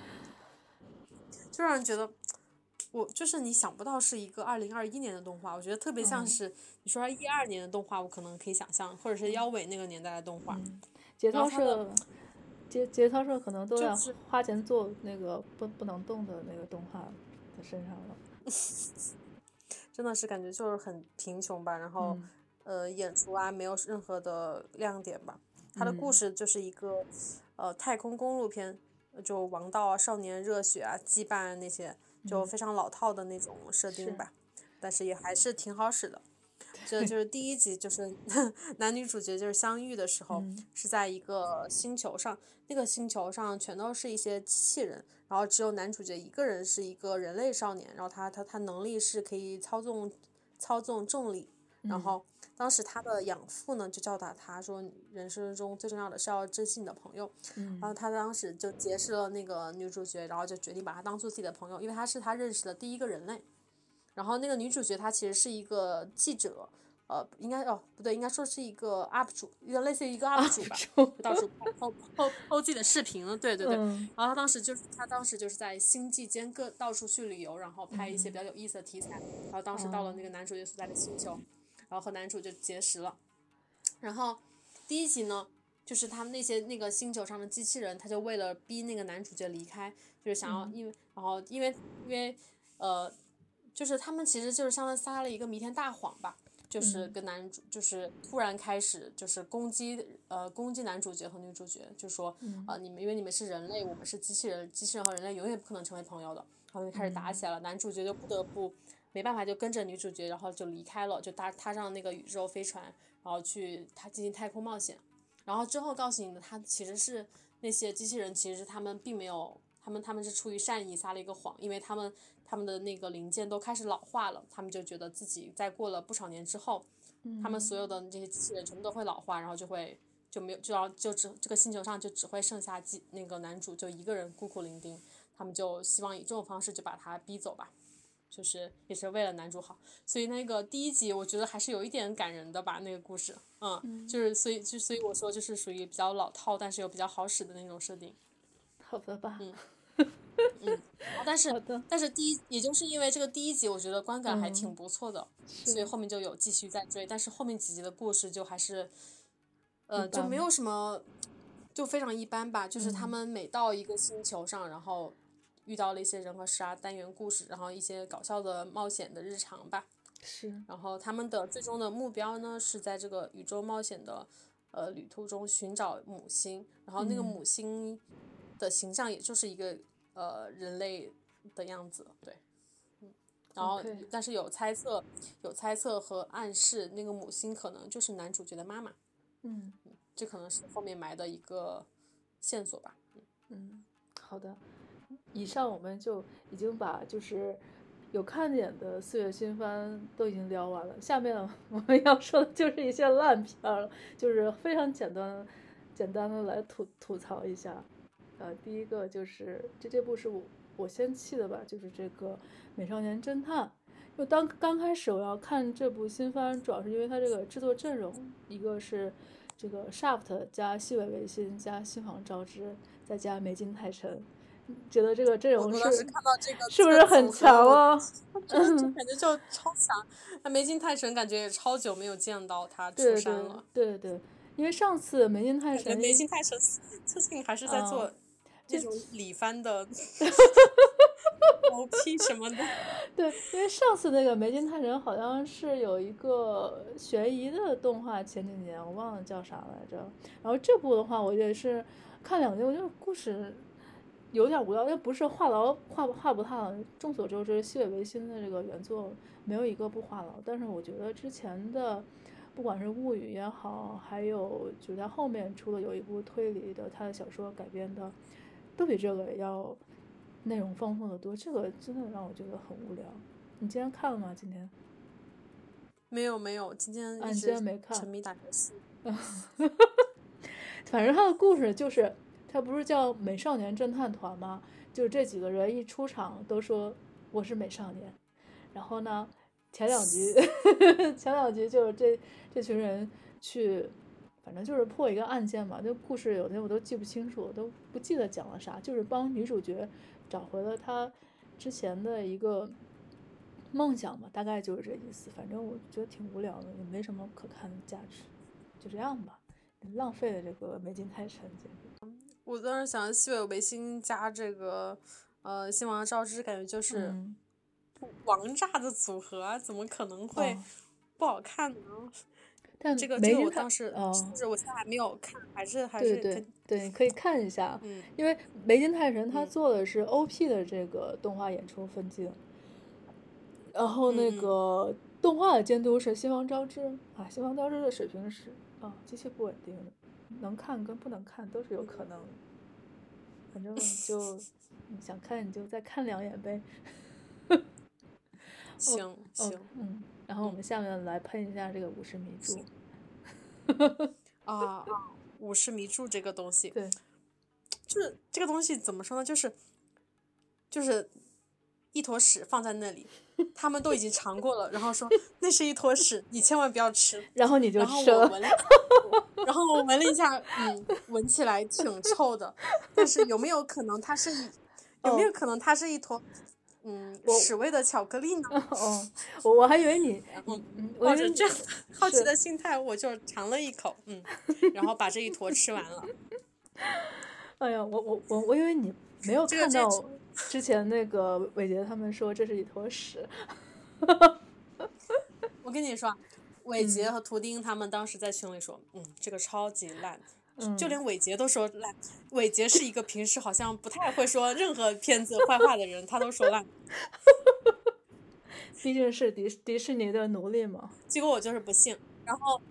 就让人觉得。我就是你想不到是一个二零二一年的动画，我觉得特别像嗯是你说一二年的动画，我可能可以想象，或者是腰尾那个年代的动画。 嗯，节操然后它的社节节操社可能都要就是花钱做那个不不能动的那个动画在身上了。 真的是感觉就是很贫穷吧，然后、 嗯呃演出啊没有任何的亮点吧。它的故嗯事就是一个呃太空公路片，就王道啊、少年热血啊、羁绊啊那些，就非常老套的那种设定吧，但是也还是挺好使的。这就是第一集，就是男女主角就是相遇的时候， 嗯是在一个星球上，那个星球上全都是一些机器人，然后只有男主角一个人是一个人类少年，然后他他他能力是可以操纵操纵重力，然后当时他的养父呢就教导他说，人生中最重要的是要珍惜你的朋友， 嗯然后他当时就结识了那个女主角，然后就决定把她当做自己的朋友，因为她是他认识的第一个人类。然后那个女主角她其实是一个记者，呃，应该哦不对，应该说是一个 U P 主，有点类似于一个 U P 主吧，就到处抛抛抛自己的视频了，对对对。 嗯然后她当时就是她当时就是在星际间各到处去旅游，然后拍一些比较有意思的题材。然后当时到了那个男主角所在的星球，然后和男主就结识了。然后第一集呢，就是他们那些那个星球上的机器人，他就为了逼那个男主角离开，就是想要因为然后因为因为呃。就是他们其实就是相当于撒了一个弥天大谎吧，就是跟男主就是突然开始就是攻击呃攻击男主角和女主角，就说呃你们因为你们是人类，我们是机器人，机器人和人类永远不可能成为朋友的，然后就开始打起来了，男主角就不得不没办法就跟着女主角，然后就离开了，就搭踏上那个宇宙飞船，然后去他进行太空冒险，然后之后告诉你的他其实是那些机器人，其实他们并没有。他们他们是出于善意撒了一个谎，因为他们他们的那个零件都开始老化了，他们就觉得自己在过了不少年之后，他们所有的这些机器人全部都会老化，然后就会就没有就要就只这个星球上就只会剩下机那个男主就一个人孤苦伶仃，他们就希望以这种方式就把他逼走吧，就是也是为了男主好，所以那个第一集我觉得还是有一点感人的吧，那个故事，嗯，嗯就是所以就所以我说就是属于比较老套，但是又比较好使的那种设定。 好的吧， 嗯嗯，但是但是第一，也就是因为这个第一集，我觉得观感还挺不错的， 嗯、 所以后面就有继续再追。但是后面几集的故事就还是，呃，就没有什么，就非常一般吧。就是他们每到一个星球上，然后遇到了一些人和事啊，单元故事，然后一些搞笑的冒险的日常吧。 是， 然后他们的最终的目标呢，是在这个宇宙冒险的呃旅途中寻找母星，然后那个嗯母星的形象也就是一个呃人类的样子，对，嗯，然后 OK 但是有猜测，有猜测和暗示，那个母星可能就是男主角的妈妈， 嗯这可能是后面埋的一个线索吧。 嗯，好的。以上我们就已经把就是有看点的四月新番都已经聊完了，下面我们要说的就是一些烂片了，就是非常简单简单的来吐吐槽一下。呃，第一个就是这这部是我我先弃的吧，就是这个《美少年侦探》。就当刚开始我要看这部新番，主要是因为它这个制作阵容，一个是这个 Shaft 加西尾维新加新房昭之再加梅津泰臣，觉得这个阵容是我当时看到这个是不是很强啊？ 就感觉就超强。那梅津泰臣感觉也超久没有见到他出山了。 对对对对，因为上次梅津泰臣， 梅津泰臣最近还是在做那种里番的 O P 什么的。 对，因为上次那个梅津泰臣好像是有一个悬疑的动画，前几年我忘了叫啥来着。然后这部的话，我也是看两集，我觉得故事有点无聊，又不是话痨话话不大了。众所周知，西尾维新的这个原作没有一个不话痨，但是我觉得之前的不管是物语也好，还有就是他后面出了有一部推理的他的小说改编的，都比这个要内容丰富的多。这个真的让我觉得很无聊。你今天看了吗？今天？ 没有没有，今天啊， 一直你今天没看？ 沉迷打游戏。 反正他的故事就是，他不是叫美少年侦探团吗？就是这几个人一出场都说我是美少年，然后呢，前两集前两集就是这这群人去，反正就是破一个案件嘛。这故事有的我都记不清楚，我都不记得讲了啥，就是帮女主角找回了她之前的一个梦想嘛，大概就是这意思。反正我觉得挺无聊的，也没什么可看的价值，就这样吧。浪费了这个梅津泰臣，简直。 我当时想西尾维新加这个呃新王昭之，感觉就是嗯王炸的组合啊，怎么可能会不好看呢？ 哦、但这个这个我当时、 哦、 就是我现在还没有看，还是还是对对对，可以看一下。 嗯， 因为梅津泰臣他做的是 O P 的这个动画演出分镜，嗯、然后那个动画的监督是新王昭之啊，新王昭之的水平是啊机器不稳定的，能看跟不能看都是有可能的。反正就你想看你就再看两眼呗。 行行， 嗯，然后我们下面来喷一下这个武士迷柱。 啊啊，武士迷柱这个东西， 对， 就是这个东西怎么说呢？就是就是一坨屎放在那里，他们都已经尝过了，然后说那是一坨屎，你千万不要吃。 然后你就吃了。 然后我闻了，然后我闻了一下，嗯，闻起来挺臭的，但是有没有可能它是一，有没有可能它是一坨？嗯，屎味的巧克力呢？ 哦，我我还以为你， 嗯， 嗯， 抱着这样好奇的心态，我就尝了一口，嗯，然后把这一坨吃完了。 哎呀，我我我我以为你没有看到之前那个伟杰他们说这是一坨屎。 我跟你说，伟杰和图钉他们当时在群里说，嗯，这个超级烂。 嗯、 就连伟杰都说烂，伟杰是一个平时好像不太会说任何片子坏话的人，他都说烂。 毕竟是迪迪士尼的奴隶嘛。 结果我就是不信，然后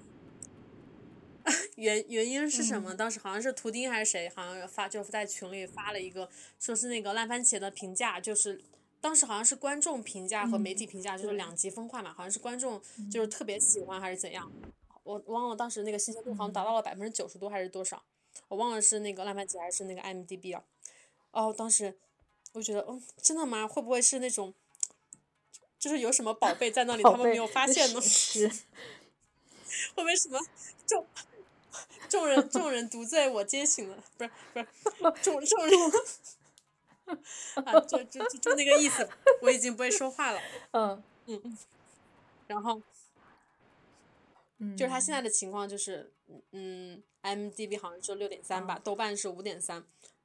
原原因是什么？ 嗯、 当时好像是图钉还是谁，好像发就在群里发了一个，说是那个烂番茄的评价，就是当时好像是观众评价和媒体评价、嗯、就是两极分化嘛，好像是观众就是特别喜欢还是怎样。我忘了当时那个新鲜度好像达到了百分之九十多还是多少，我忘了是那个烂番茄还是那个 I M D B 了。哦，当时我觉得，嗯，真的吗？会不会是那种，就是有什么宝贝在那里，他们没有发现呢？ 是。 会不会什么众众人众人独醉我惊醒了？不是不是众众人啊，就就就就那个意思。我已经不会说话了。 嗯嗯嗯，然后。就是他现在的情况就是，嗯 ，I M D B 好像是六点三吧，豆瓣是五点三，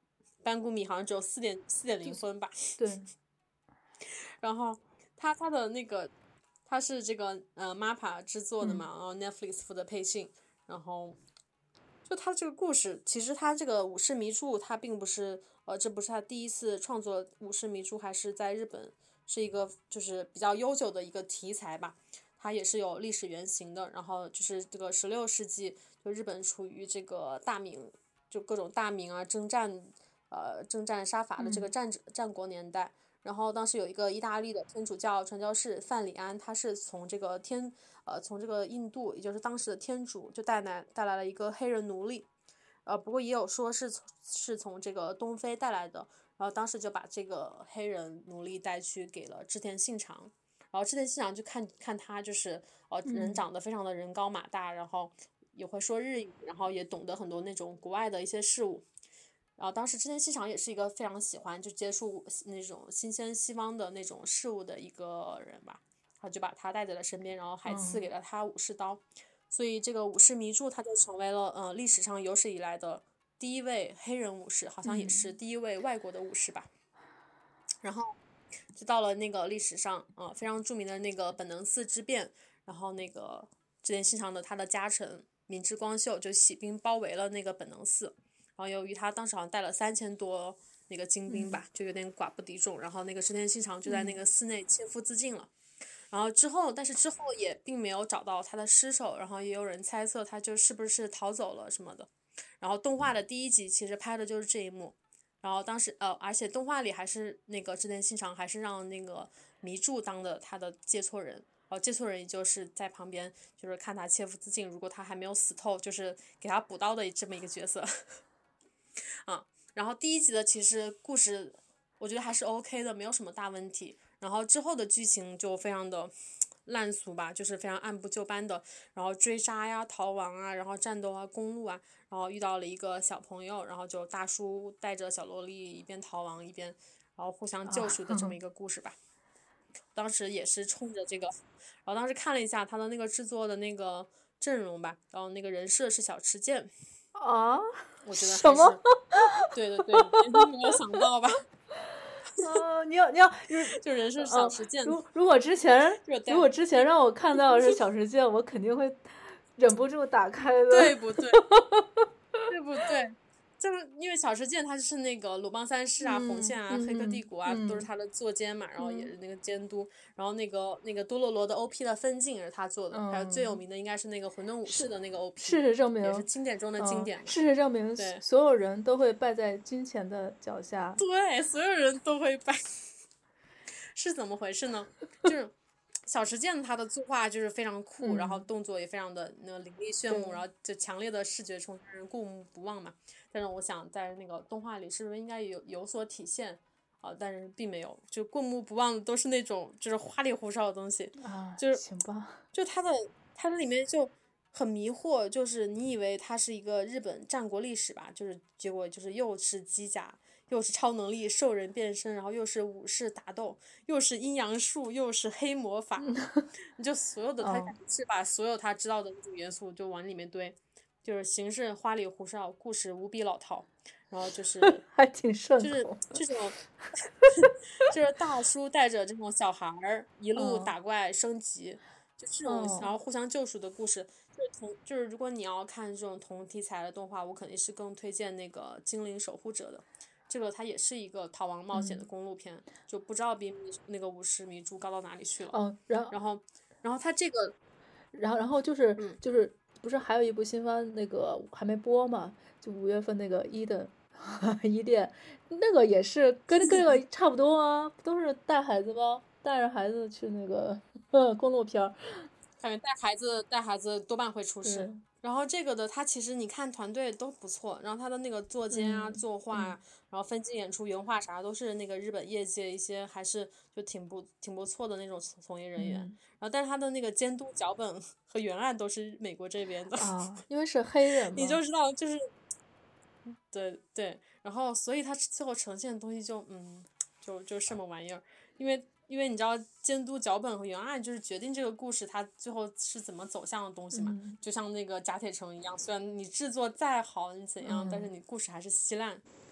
班古米好像只有四点四点零分吧。 对。 然后他他的那个他是这个呃 M A P A 制作的嘛，然后 Netflix 负责配信，然后就他这个故事，其实他这个武士迷著，他并不是呃，这不是他第一次创作武士迷著，还是在日本是一个就是比较悠久的一个题材吧。它也是有历史原型的，然后就是这个十六世纪，就日本处于这个大明，就各种大明啊征战，呃征战杀伐的这个战争、嗯、战国年代。然后当时有一个意大利的天主教传教士范里安，他是从这个天呃从这个印度，也就是当时的天竺，就带来带来了一个黑人奴隶，呃不过也有说是从是从这个东非带来的，然后当时就把这个黑人奴隶带去给了织田信长。然后织田信长就看看他就是呃人长得非常的人高马大，嗯、然后也会说日语，然后也懂得很多那种国外的一些事物。然后当时织田信长也是一个非常喜欢就接触那种新鲜西方的那种事物的一个人吧，他就把他带在了身边，然后还赐给了他武士刀，嗯、所以这个武士迷著他就成为了呃历史上有史以来的第一位黑人武士，好像也是第一位外国的武士吧。嗯、然后就到了那个历史上啊、呃、非常著名的那个本能寺之变，然后那个织田信长的他的家臣明智光秀就起兵包围了那个本能寺。然后由于他当时好像带了三千多那个精兵吧，嗯、就有点寡不敌众，然后那个织田信长就在那个寺内切腹自尽了。嗯、然后之后，但是之后也并没有找到他的尸首，然后也有人猜测他就是不是逃走了什么的。然后动画的第一集其实拍的就是这一幕。然后当时呃，而且动画里还是那个织田信长还是让那个迷著当的他的接错人。然后接错人也就是在旁边就是看他切腹自尽，如果他还没有死透，就是给他补刀的这么一个角色。啊，然后第一集的其实故事我觉得还是 OK 的，没有什么大问题。然后之后的剧情就非常的烂俗吧，就是非常按部就班的，然后追杀呀、逃亡啊，然后战斗啊、公路啊，然后遇到了一个小朋友，然后就大叔带着小萝莉一边逃亡一边然后互相救赎的这么一个故事吧。啊、当时也是冲着这个，然后当时看了一下他的那个制作的那个阵容吧，然后那个人设是小池健。 啊， 我觉得什么？ 对对对，你都没有想到吧？ 呃，你要你要就人是小池健、 呃。如如果之前如果之前让我看到是小池健，我肯定会忍不住打开的。 对不对？对不对？就是因为小池健他是那个鲁邦三世啊、红线啊、 嗯、 黑客帝国啊、 嗯、 都是他的作监嘛，然后也是那个监督，然后那个那个多洛罗的 O P 的分镜也是他做的， 嗯、 还有最有名的应该是那个混沌武士的那个 O P。 事实证明， 也是经典中的经典。 嗯、事实证明， 对， 所有人都会败在金钱的脚下。 对，所有人都会败。是怎么回事呢？就是小池健他的作画就是非常酷， 嗯、 然后动作也非常的那个凌厉炫目，然后就强烈的视觉冲击，让人过目不忘嘛。但是我想在那个动画里是不是应该有有所体现啊、呃？但是并没有，就过目不忘的都是那种就是花里胡哨的东西啊， 就是行吧， 就它的它的里面就很迷惑，就是你以为它是一个日本战国历史吧，就是结果就是又是机甲。又是超能力兽人变身，然后又是武士打斗，又是阴阳术，又是黑魔法，你就所有的他是把所有他知道的那种元素就往里面堆，就是形式花里胡哨，故事无比老套，然后就是还挺顺就是这种就是大叔带着这种小孩儿一路打怪升级，嗯、就这种然后互相救赎的故事。就是同就是如果你要看这种同题材的动画，我肯定是更推荐那个《精灵守护者》的。这个它也是一个逃亡冒险的公路片，嗯、就不知道比那个武士迷著高到哪里去了。 哦，然后然后然后它这个， 然后然后就是、 嗯、 就是不是还有一部新番那个还没播嘛？就五月份那个伊登伊甸，那个也是跟跟这个差不多啊，都是带孩子吧，带着孩子去那个公路片。 感觉带孩子带孩子多半会出事。然后这个的他其实你看团队都不错，然后他的那个作监啊、 嗯、 作画、啊嗯， 然后分镜演出、原画啥都是那个日本业界一些还是就挺不挺不错的那种从业人员。 嗯、 然后但是他的那个监督脚本和原案都是美国这边的啊，因为是黑人嘛， 你就知道就是对对，然后所以他最后呈现的东西就嗯就就什么玩意儿，因为。因为你知道监督脚本和原案就是决定这个故事它最后是怎么走向的东西嘛、 嗯、 就像那个甲铁城一样，虽然你制作再好你怎样、 嗯、 但是你故事还是稀烂。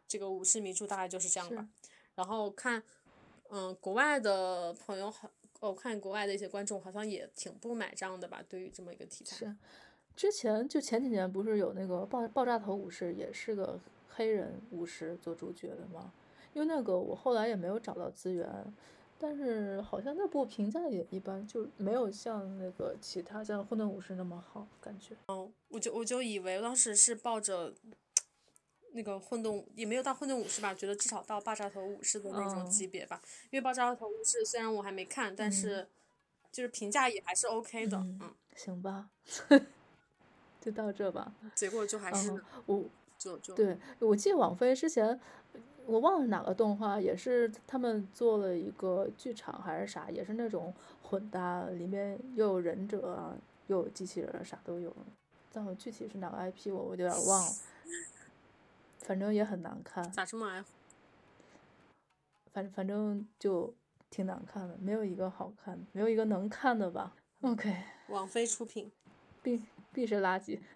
这个武士迷住大概就是这样吧。然后看，嗯，国外的朋友好，我、哦、看国外的一些观众好像也挺不买账的吧，对于这么一个题材。 是，之前就前几年不是有那个爆爆炸头武士，也是个黑人武士做主角的吗？因为那个我后来也没有找到资源，但是好像那部评价也一般，就没有像那个其他像混沌武士那么好感觉。 嗯，我就我就以为当时是抱着那个混沌，也没有到混沌武士吧，觉得至少到爆炸头武士的那种级别吧。嗯、因为爆炸头武士虽然我还没看，但是就是评价也还是 OK 的。嗯， 嗯行吧，就到这吧。 结果就还是、 嗯、我就就对我记得网飞之前。我忘了哪个动画，也是他们做了一个剧场还是啥，也是那种混搭，里面又有忍者啊，又有机器人，啥都有。但我具体是哪个 I P 我我有点忘了，反正也很难看。 咋这么爱？ 反反正就挺难看的，没有一个好看的，没有一个能看的吧。OK。 网飞出品， 必必是垃圾。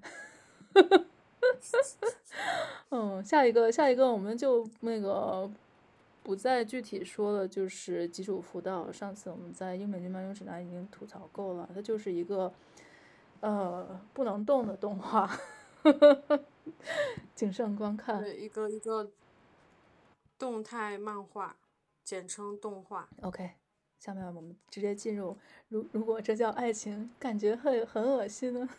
嗯，下一个，下一个，我们就那个不再具体说了，就是基础辅导。上次我们在英美剧漫游指南已经吐槽够了，它就是一个呃不能动的动画，谨慎观看。 对，一个一个动态漫画，简称动画。 OK， 下面我们直接进入，如如果这叫爱情，感觉很很恶心呢。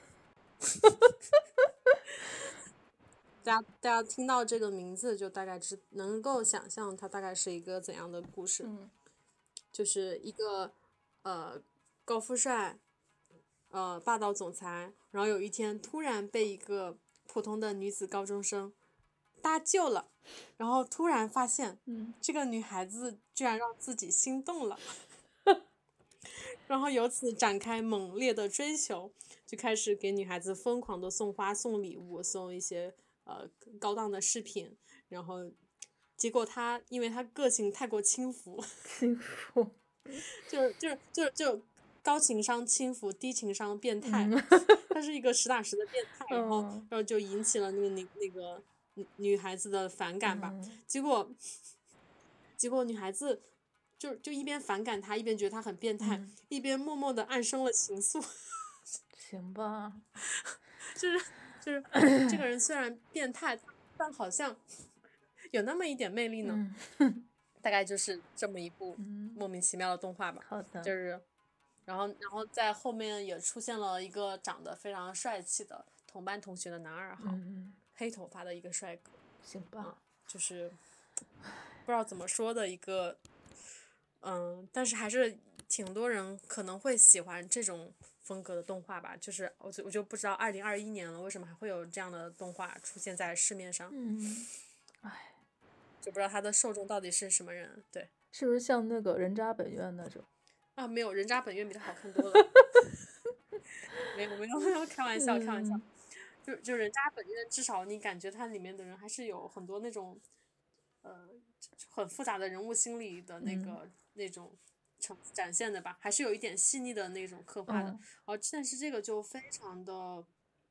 大家大家听到这个名字就大概知能够想象它大概是一个怎样的故事。 嗯， 就是一个呃高富帅呃霸道总裁，然后有一天突然被一个普通的女子高中生搭救了，然后突然发现、 嗯、 这个女孩子居然让自己心动了。然后由此展开猛烈的追求，就开始给女孩子疯狂的送花、送礼物、送一些呃高档的饰品，然后结果他因为他个性太过轻浮， 轻浮， 就是就是就是就高情商轻浮，低情商变态， 嗯、 他是一个实打实的变态，然后嗯、 然后就引起了那个那那个女孩子的反感吧， 嗯、 结果结果女孩子。就就一边反感他，一边觉得他很变态、嗯，一边默默的暗生了情愫。 行吧， 就是就是这个人虽然变态，但好像有那么一点魅力呢。 嗯、 大概就是这么一部莫名其妙的动画吧。 好的。 就是，然后然后在后面也出现了一个长得非常帅气的同班同学的男二号， 嗯、 黑头发的一个帅哥。 行吧、 嗯，就是不知道怎么说的一个。嗯，但是还是挺多人可能会喜欢这种风格的动画吧。就是我就我就不知道二零二一年了，为什么还会有这样的动画出现在市面上？ 嗯，哎， 就不知道它的受众到底是什么人。对， 是不是像那个人渣本愿那种？ 啊，没有，人渣本愿比它好看多了。没有没有没有，开玩笑开玩笑。就就人渣本愿，至少你感觉它里面的人还是有很多那种，呃，很复杂的人物心理的那个。嗯那种展现的吧，还是有一点细腻的那种刻画的。哦、嗯，但是这个就非常的，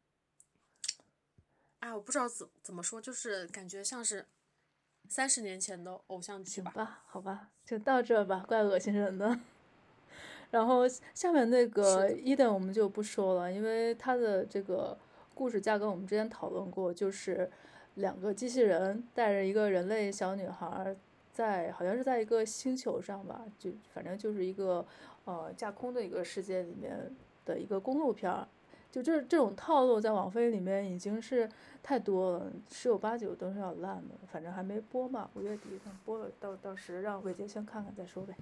哎，我不知道怎怎么说，就是感觉像是三十年前的偶像剧吧。 行吧，好吧，就到这吧，怪恶心人的。然后下面那个伊登我们就不说了，因为他的这个故事架构我们之前讨论过，就是两个机器人带着一个人类小女孩。在好像是在一个星球上吧，就反正就是一个呃架空的一个世界里面的一个公路片，就这这种套路在网飞里面已经是太多了，十有八九都是要烂的。反正还没播嘛，五月底等播了，到到时让伟杰先看看再说呗。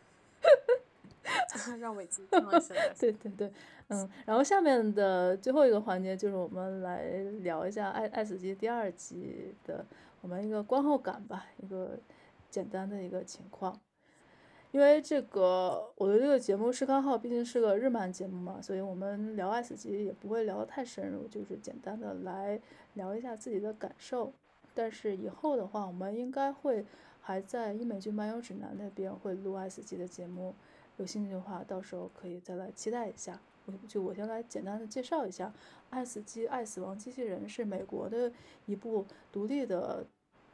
让伟杰看看先。 对对对，嗯，然后下面的最后一个环节就是我们来聊一下《爱爱死机》第二集的我们一个观后感吧，一个。简单的一个情况，因为这个我的这个节目视刊号毕竟是个日漫节目嘛，所以我们聊爱死机也不会聊得太深入，就是简单的来聊一下自己的感受。但是以后的话，我们应该会还在英美剧漫游指南那边会录爱死机的节目，有兴趣的话，到时候可以再来期待一下。就我先来简单的介绍一下，爱死机爱死亡机器人是美国的一部独立的。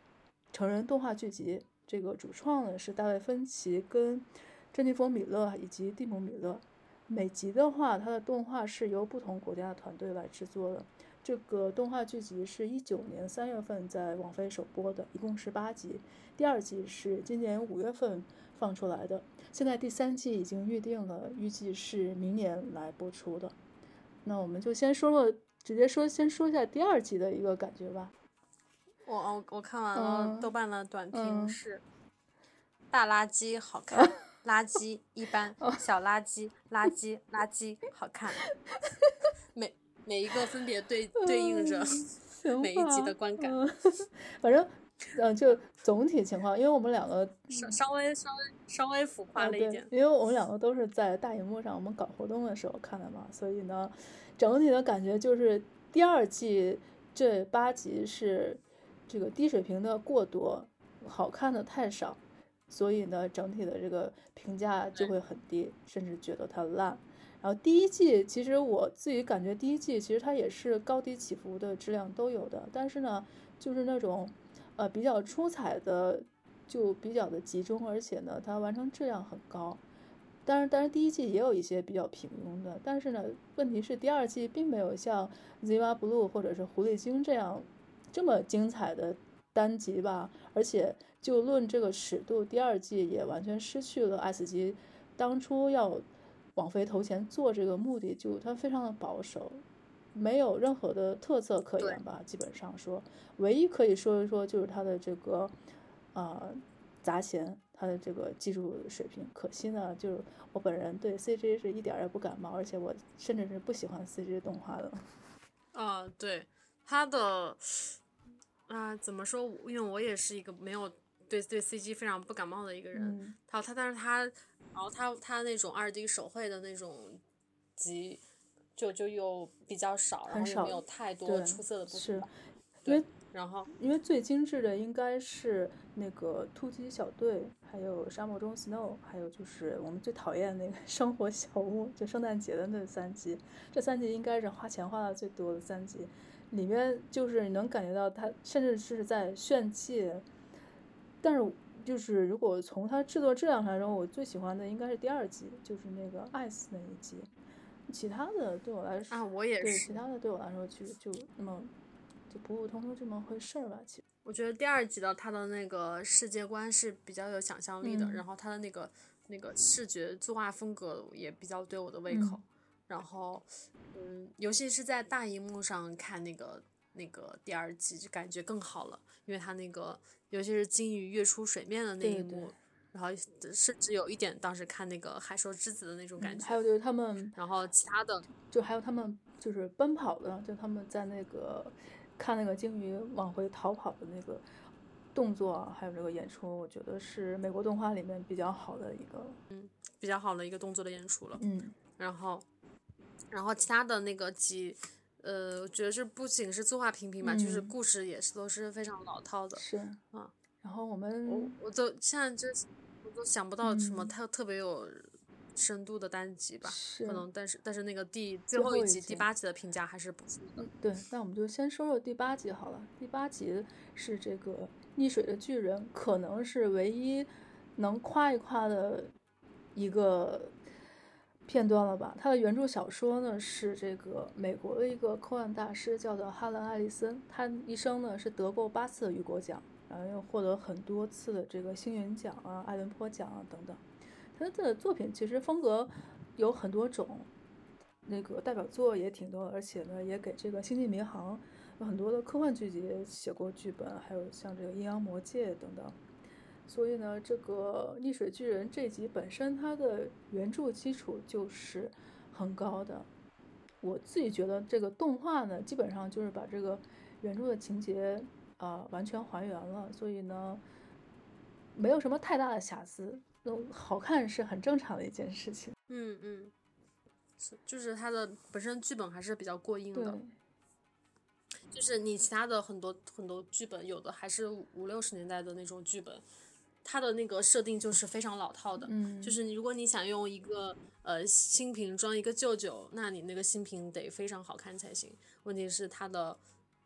成人动画剧集，这个主创呢是大卫芬奇跟珍妮佛米勒以及蒂姆米勒。每集的话，它的动画是由不同国家的团队来制作的。这个动画剧集是一九年三月份在网飞首播的，一共是八集。第二季是今年五月份放出来的，现在第三季已经预定了，预计是明年来播出的。那我们就先说说，直接说，先说一下第二季的一个感觉吧。 我我我看完了， 嗯、 豆瓣的短评嗯、 是：大垃圾好看，垃圾一般，小垃圾垃圾垃圾好看。每每一个分别对对应着每一集的观感。 嗯、反正嗯，就总体情况，因为我们两个稍稍微稍微稍微浮夸了一点、 啊、对，因为我们两个都是在大荧幕上我们搞活动的时候看的嘛，所以呢，整体的感觉就是第二季这八集是这个低水平的过多，好看的太少，所以呢，整体的这个评价就会很低，甚至觉得它烂。然后第一季其实我自己感觉第一季其实它也是高低起伏的质量都有的，但是呢，就是那种呃比较出彩的就比较的集中，而且呢它完成质量很高。当然当然第一季也有一些比较平庸的，但是呢问题是第二季并没有像 Ziva Blue 或者是狐狸精这样这么精彩的单集吧，而且就论这个尺度，第二季也完全失去了 S 级当初要网飞投钱做这个目的，就它非常的保守，没有任何的特色可言吧。基本上说，唯一可以说一说就是它的这个呃砸钱，它的这个技术水平。可惜呢，就是我本人对 C G 是一点也不感冒，而且我甚至是不喜欢 C G 动画的。 啊、呃，对它的啊、呃、怎么说？因为我也是一个没有对对 C G 非常不感冒的一个人。 嗯、 他他但是他然后他他那种二 D 手绘的那种集就就又比较少，然后也没有太多出色的部分。 因为然后因为最精致的应该是那个突击小队，还有沙漠中 Snow， 还有就是我们最讨厌那个生活小屋，就圣诞节的那三集。这三集应该是花钱花的最多的三集，里面就是你能感觉到它甚至是在炫技。但是就是如果从它制作质量上来说，我最喜欢的应该是第二集，就是那个 Ice 那一集。其他的对我来说啊，我也是。 对其他的对我来说就就那么就普普通通这么回事儿吧。其实我觉得第二集的它的那个世界观是比较有想象力的， 嗯、 然后它的那个那个视觉作画风格也比较对我的胃口。 嗯、 然后嗯，尤其是在大荧幕上看那个那个第二集就感觉更好了，因为它那个尤其是鲸鱼跃出水面的那一幕。 对对， 然后甚至有一点当时看那个海兽之子的那种感觉、 嗯、还有就是他们然后其他的就还有他们就是奔跑的，就他们在那个看那个鲸鱼往回逃跑的那个动作、啊、还有这个演出，我觉得是美国动画里面比较好的一个嗯比较好的一个动作的演出了。 嗯， 然后然后其他的那个集呃我觉得这不仅是作画平平吧、嗯、就是故事也是都是非常老套的。 是啊， 然后我们我我都现在就我都想不到什么特、嗯、特别有深度的单集吧，可能但是但是那个第最后一集第八集的评价还是不错的、 嗯。对，那我们就先说说第八集好了。第八集是这个溺水的巨人，可能是唯一能夸一夸的一个片段了吧。他的原著小说呢是这个美国的一个科幻大师，叫做哈伦·艾利森，他一生呢是得过八次的雨果奖，然后又获得很多次的这个星云奖啊、艾伦坡奖啊等等。他的作品其实风格有很多种，那个代表作也挺多，而且呢也给这个《星际迷航》有很多的科幻剧集写过剧本，还有像这个《阴阳魔界》等等。所以呢，这个《溺水巨人》这集本身它的原著基础就是很高的。我自己觉得这个动画呢，基本上就是把这个原著的情节啊、呃、完全还原了，所以呢没有什么太大的瑕疵。好看是很正常的一件事情。 嗯嗯，就是它的本身剧本还是比较过硬的。就是你其他的很多很多剧本，有的还是五六十年代的那种剧本，它的那个设定就是非常老套的。 嗯， 就是你如果你想用一个呃新瓶装一个旧酒，那你那个新瓶得非常好看才行。问题是它的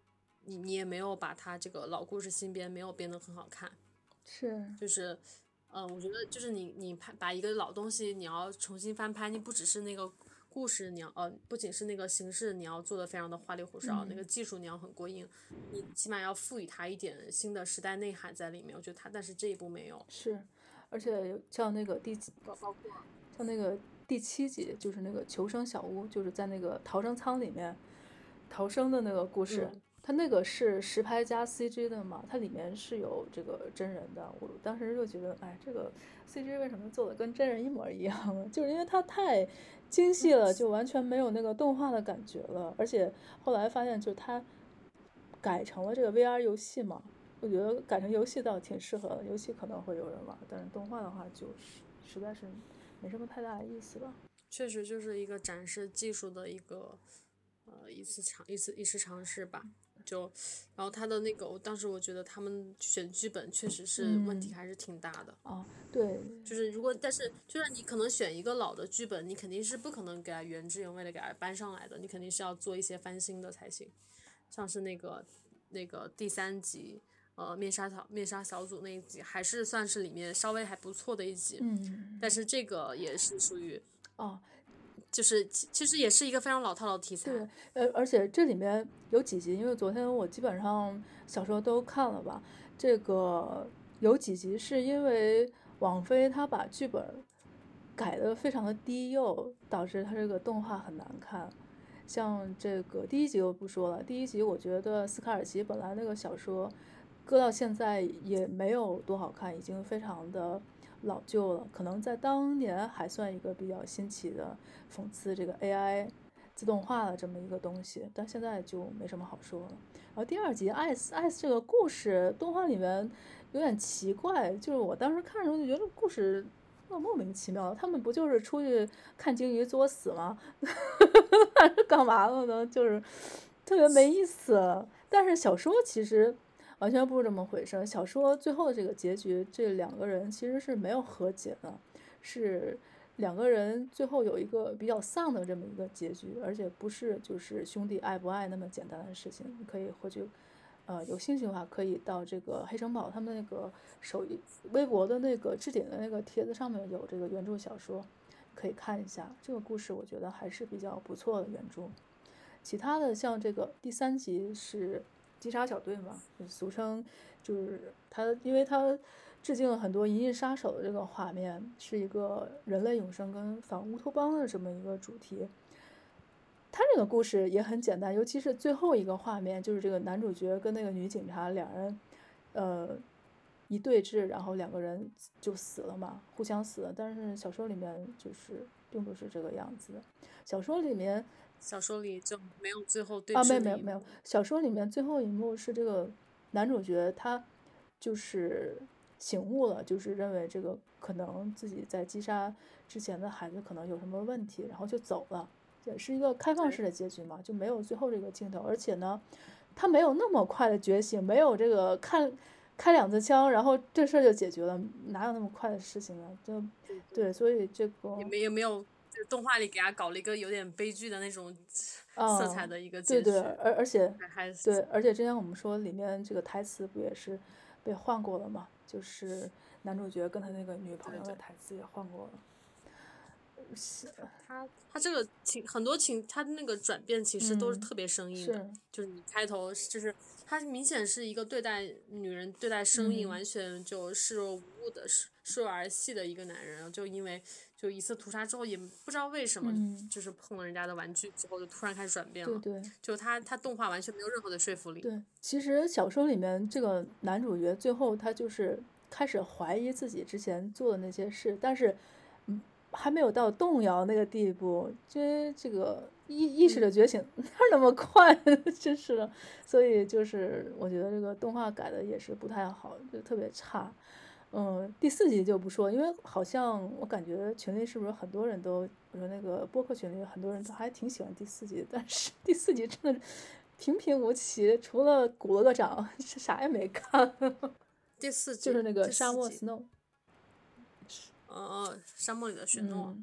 你你也没有把它这个老故事新编，没有编得很好看。 是， 就是，嗯、呃，我觉得就是你你拍把一个老东西你要重新翻拍，你不只是那个故事，你要呃不仅是那个形式你要做的非常的花里胡哨， 嗯、 那个技术你要很过硬，你起码要赋予它一点新的时代内涵在里面。我觉得它，但是这一部没有。 是，而且像那个第包括像那个第七集，就是那个求生小屋，就是在那个逃生舱里面逃生的那个故事。 嗯它那个是实拍加 C G 的嘛，它里面是有这个真人的。我当时就觉得，哎，这个 C G 为什么做的跟真人一模一样呢？就是因为它太精细了，就完全没有那个动画的感觉了。而且后来发现，就是它改成了这个 V R 游戏嘛，我觉得改成游戏倒挺适合的，游戏可能会有人玩，但是动画的话就是实在是没什么太大的意思了。 确实就是一个展示技术的一个呃一次尝一次一次尝试吧。就，然后他的那个，我当时我觉得他们选剧本确实是问题还是挺大的。 嗯、哦，对， 就是如果但是就算你可能选一个老的剧本，你肯定是不可能给它原汁原味的给它搬上来的，你肯定是要做一些翻新的才行。像是那个那个第三集，呃，面纱小面纱小组那一集，还是算是里面稍微还不错的一集。 嗯， 但是这个也是属于哦。 就是其实也是一个非常老套的题材。 对，呃，而且这里面有几集，因为昨天我基本上小说都看了吧，这个有几集是因为网飞他把剧本改的非常的低幼，导致它这个动画很难看。像这个第一集我不说了，第一集我觉得斯卡尔奇本来那个小说搁到现在也没有多好看，已经非常的老旧了，可能在当年还算一个比较新奇的讽刺这个 A I 自动化的这么一个东西，但现在就没什么好说了。然后第二集艾斯艾斯这个故事动画里面有点奇怪，就是我当时看的时候就觉得故事莫名其妙，他们不就是出去看鲸鱼作死吗？还是干嘛了呢？就是特别没意思。但是小说其实完全不是这么回事。小说最后这个结局，这两个人其实是没有和解的，是两个人最后有一个比较丧的这么一个结局，而且不是就是兄弟爱不爱那么简单的事情。你可以回去，呃，有兴趣的话可以到这个黑城堡他们那个手微博的那个置顶的那个帖子上面有这个原著小说，可以看一下。这个故事我觉得还是比较不错的原著。其他的像这个第三集是击杀小队嘛，俗称就是他，因为他致敬了很多《银翼杀手》的这个画面，是一个人类永生跟反乌托邦的这么一个主题。他这个故事也很简单，尤其是最后一个画面，就是这个男主角跟那个女警察两人，呃，一对峙，然后两个人就死了嘛，互相死了。但是小说里面就是并不是这个样子的，小说里面。 小说里就没有最后对啊， 峙没有没有没有，小说里面最后一幕是这个男主角他就是醒悟了，就是认为这个可能自己在击杀之前的孩子可能有什么问题，然后就走了，也是一个开放式的结局嘛，就没有最后这个镜头。而且呢，他没有那么快的觉醒，没有这个看开两次枪，然后这事儿就解决了，哪有那么快的事情啊？就对，所以这个也没也没有。就动画里给他搞了一个有点悲剧的那种色彩的一个结局， 嗯、对对，而而且还对，而且之前我们说里面这个台词不也是被换过了嘛？就是男主角跟他那个女朋友的台词也换过了。 是他他这个情很多情，他那个转变其实都是特别生硬的， 嗯、 就是你开头就是他明显是一个对待女人、对待生命完全就视若无物的、视视若儿戏的一个男人，然后就因为就一次屠杀之后，也不知道为什么， 嗯、 就是碰了人家的玩具之后，就突然开始转变了。 对对， 就他他动画完全没有任何的说服力。 对，其实小说里面这个男主角最后他就是开始怀疑自己之前做的那些事，但是嗯。还没有到动摇那个地步，因为这个意意识的觉醒哪那么快，真是的。所以就是我觉得这个动画改的也是不太好，就特别差。嗯，第四集就不说，因为好像我感觉群里是不是很多人都，我说那个播客群里很多人都还挺喜欢第四集，但是第四集真的平平无奇，除了鼓了个掌，啥也没看。 第四集就是那个沙漠 Snow。 呃，沙漠里的雪诺， 嗯，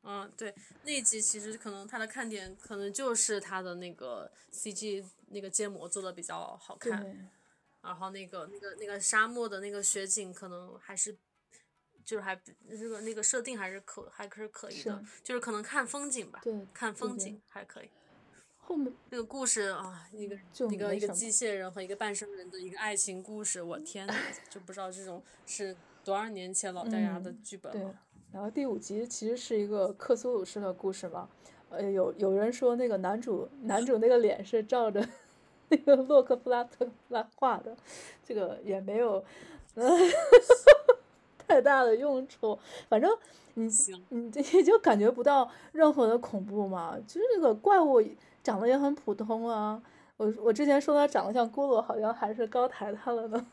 嗯，对，那一集其实可能它的看点可能就是它的那个 C G 那个建模做的比较好看， 对， 然后那个那个那个沙漠的那个雪景可能还是就是还这个那个设定还是可还是可以的， 是， 就是可能看风景吧， 对看风对对， 景还可以。 后面那个故事啊，一个就一个一个没什么。 机械人和一个半生人的一个爱情故事，我天呐，就不知道这种是多少年前老掉牙的嗯，对。 剧本了。 然后第五集其实是一个克苏鲁式的故事嘛，呃，有有人说那个男主男主那个脸是照着那个洛克布拉特来画的，这个也没有，呃，太大的用处。反正你行， 你这就感觉不到任何的恐怖嘛。其实这个怪物长得也很普通啊。我我之前说他长得像咕噜，好像还是高抬他了呢。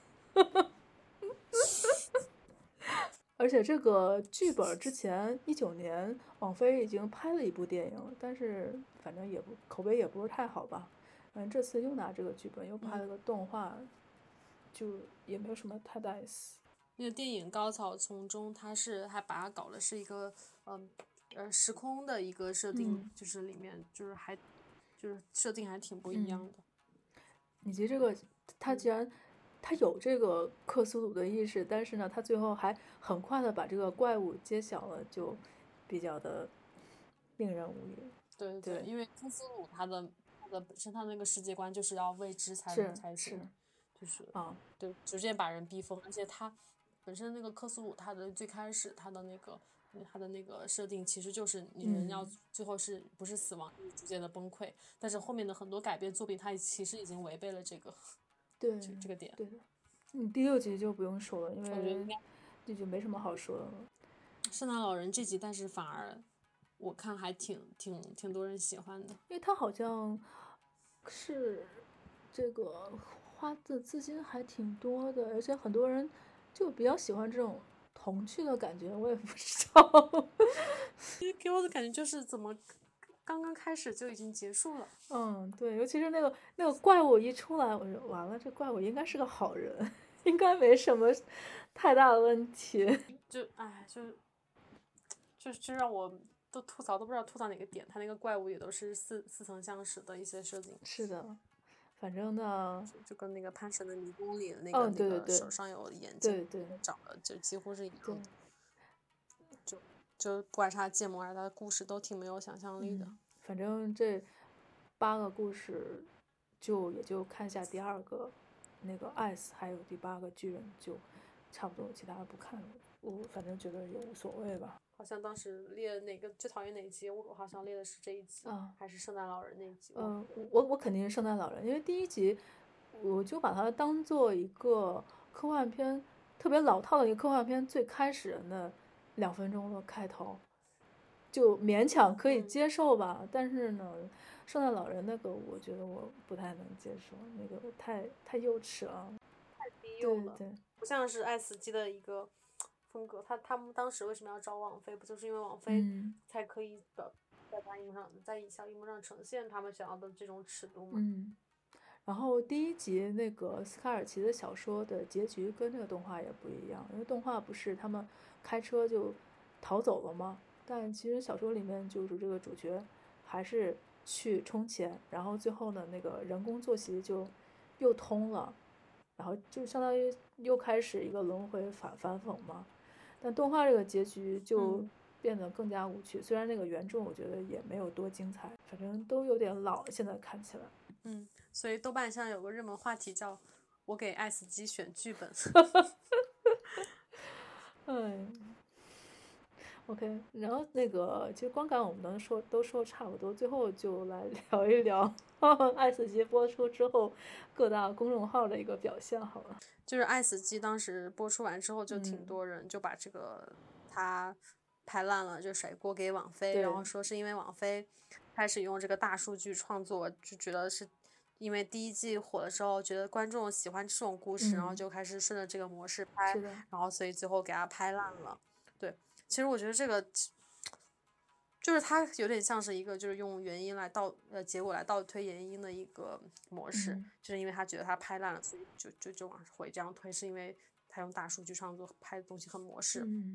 而且这个剧本之前一九年网飞已经拍了一部电影，但是反正也不口碑也不是太好吧。嗯，这次又拿这个剧本又拍了个动画，嗯、就也没有什么太大意思。 那个电影高草丛中，它是还把它搞的是一个嗯呃时空的一个设定， 嗯、 就是里面就是还就是设定还挺不一样的。 嗯、以及这个他既然。他有这个克苏鲁的意识，但是呢，他最后还很快的把这个怪物揭晓了，就比较的令人无语。 对对， 因为克苏鲁他的他的本身他那个世界观就是要未知才是才行， 是就是啊， 对，逐渐把人逼疯，而且他本身那个克苏鲁他的最开始他的那个他的那个设定其实就是你人要最后是不是死亡，逐渐的崩溃，但是后面的很多改编作品，它其实已经违背了这个。 对这这个点， 对的，嗯，第六集就不用说了，因为我觉得应该这就没什么好说的了。 圣诞老人这集，但是反而我看还挺挺挺多人喜欢的， 因为他好像是这个花的资金还挺多的，而且很多人就比较喜欢这种童趣的感觉，我也不知道。 因为给我的感觉就是怎么刚刚开始就已经结束了。 嗯，对，尤其是那个那个怪物一出来，我说完了，这怪物应该是个好人，应该没什么太大的问题。 就哎，就就就让我都吐槽，都不知道吐槽哪个点。他那个怪物也都是似似曾相识的一些设定。 是的，反正呢， 就就跟那个潘神的迷宫里那个、 哦，对对对， 那个手上有眼睛， 对对， 长得就几乎是一对样的。就就不管是他建模还是他的故事，都挺没有想象力的。 嗯、反正这八个故事，就也就看下第二个那个 ice，还有第八个巨人就差不多，其他的不看了。我反正觉得也无所谓吧。 好像当时列哪个最讨厌哪一集，我好像列的是这一集， 啊， 还是圣诞老人那一集？ 嗯、呃，我我肯定是圣诞老人，因为第一集我就把它当做一个科幻片，特别老套的一个科幻片最开始的两分钟的开头，就勉强可以接受吧。嗯、但是呢，圣诞老人那个我觉得我不太能接受，那个太太幼稚了， 太低幼了， 对对， 不像是爱死机的一个风格。他他们当时为什么要找网飞？不就是因为网飞才可以表在大荧幕上，在小荧幕上呈现他们想要的这种尺度吗？ 嗯。然后第一集那个斯卡尔奇的小说的结局跟这个动画也不一样，因为动画不是他们开车就逃走了吗？但其实小说里面就是这个主角还是去充钱，然后最后呢那个人工坐席就又通了，然后就相当于又开始一个轮回反反讽嘛。但动画这个结局就变得更加无趣，嗯、虽然那个原著我觉得也没有多精彩，反正都有点老，现在看起来。 嗯，所以豆瓣上有个热门话题叫“我给爱死机选剧本”。 哎，OK，然后那个其实观感我们能说都说差不多，最后就来聊一聊爱死机播出之后各大公众号的一个表现好了。 就是爱死机当时播出完之后，就挺多人就把这个他拍烂了就甩锅给网飞，然后说是因为网飞开始用这个大数据创作，就觉得是因为第一季火了之后，觉得观众喜欢这种故事， 嗯、 然后就开始顺着这个模式拍，然后所以最后给他拍烂了。对，其实我觉得这个就是它有点像是一个就是用原因来倒呃结果来倒推原因的一个模式， 嗯、 就是因为他觉得他拍烂了，所以就就就往回这样推，是因为他用大数据创作拍的东西很模式。 嗯，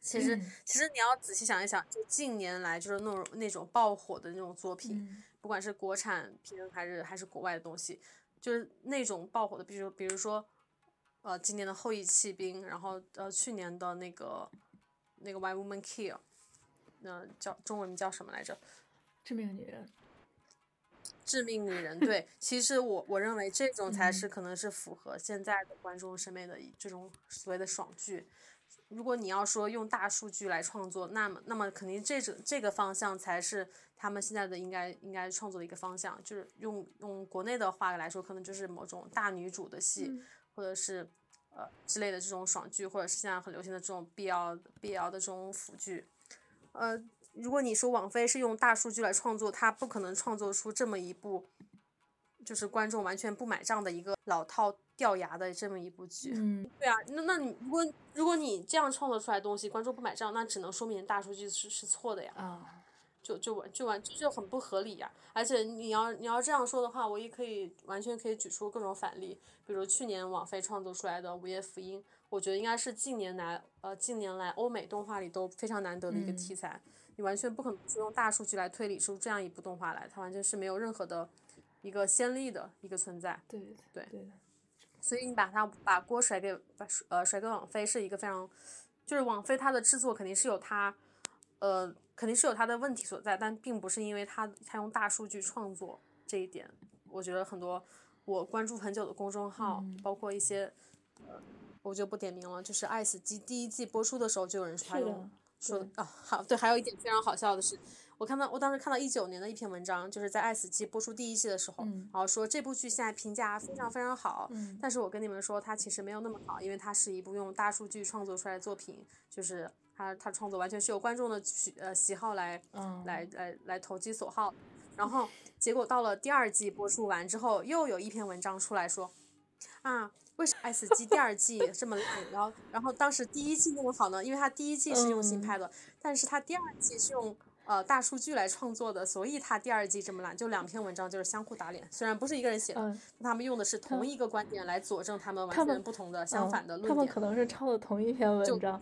其实其实你要仔细想一想，就近年来就是那种那种爆火的那种作品， 嗯、 不管是国产片还是还是国外的东西，就是那种爆火的，比如比如说呃今年的后翼弃兵，然后呃去年的那个那个 Why Women Kill， 那、呃、叫中文名叫什么来着？ 致命女人。 致命女人，对，其实我我认为这种才是嗯可能是符合现在的观众审美的这种所谓的爽剧。如果你要说用大数据来创作，那么那么肯定这种这个方向才是他们现在的应该应该创作的一个方向，就是用用国内的话来说，可能就是某种大女主的戏， 嗯、 或者是呃之类的这种爽剧，或者是现在很流行的这种 B L B L 的这种腐剧，呃。如果你说网飞是用大数据来创作，它不可能创作出这么一部就是观众完全不买账的一个老套掉牙的这么一部剧。 嗯， 对啊，那那你如果如果你这样创作出来的东西观众不买账，那只能说明大数据是是错的呀。 啊， 就就完就完就很不合理呀。而且你要你要这样说的话，我也可以完全可以举出各种反例，比如去年网飞创作出来的《午夜福音》，我觉得应该是近年来呃近年来欧美动画里都非常难得的一个题材。嗯，你完全不可能说用大数据来推理出这样一部动画来，它完全是没有任何的一个先例的一个存在。 对对对， 所以你把它把锅甩给把呃甩给网飞是一个非常，就是网飞它的制作肯定是有它，呃肯定是有它的问题所在，但并不是因为它它用大数据创作这一点，我觉得很多我关注很久的公众号， 嗯、 包括一些呃我就不点名了，就是《爱死机》第一季播出的时候就有人说他用。说的啊，好，对，还有一点非常好笑的是，我看到我当时看到一九年的一篇文章，就是在《爱死机》播出第一季的时候， 嗯、 然后说这部剧现在评价非常非常好， 嗯、 但是我跟你们说，它其实没有那么好，因为它是一部用大数据创作出来的作品，就是它它创作完全是由观众的喜呃喜好来、 嗯、 来来来投机所好，然后结果到了第二季播出完之后，又有一篇文章出来说，啊。为什么《爱死机》第二季这么烂？然后，然后当时第一季那么好呢？因为它第一季是用心拍的，嗯、但是它第二季是用呃大数据来创作的，所以它第二季这么烂。就两篇文章就是相互打脸，虽然不是一个人写的，嗯、他们用的是同一个观点来佐证他们完全不同的相反的论点。 他们可能是抄的同一篇文章。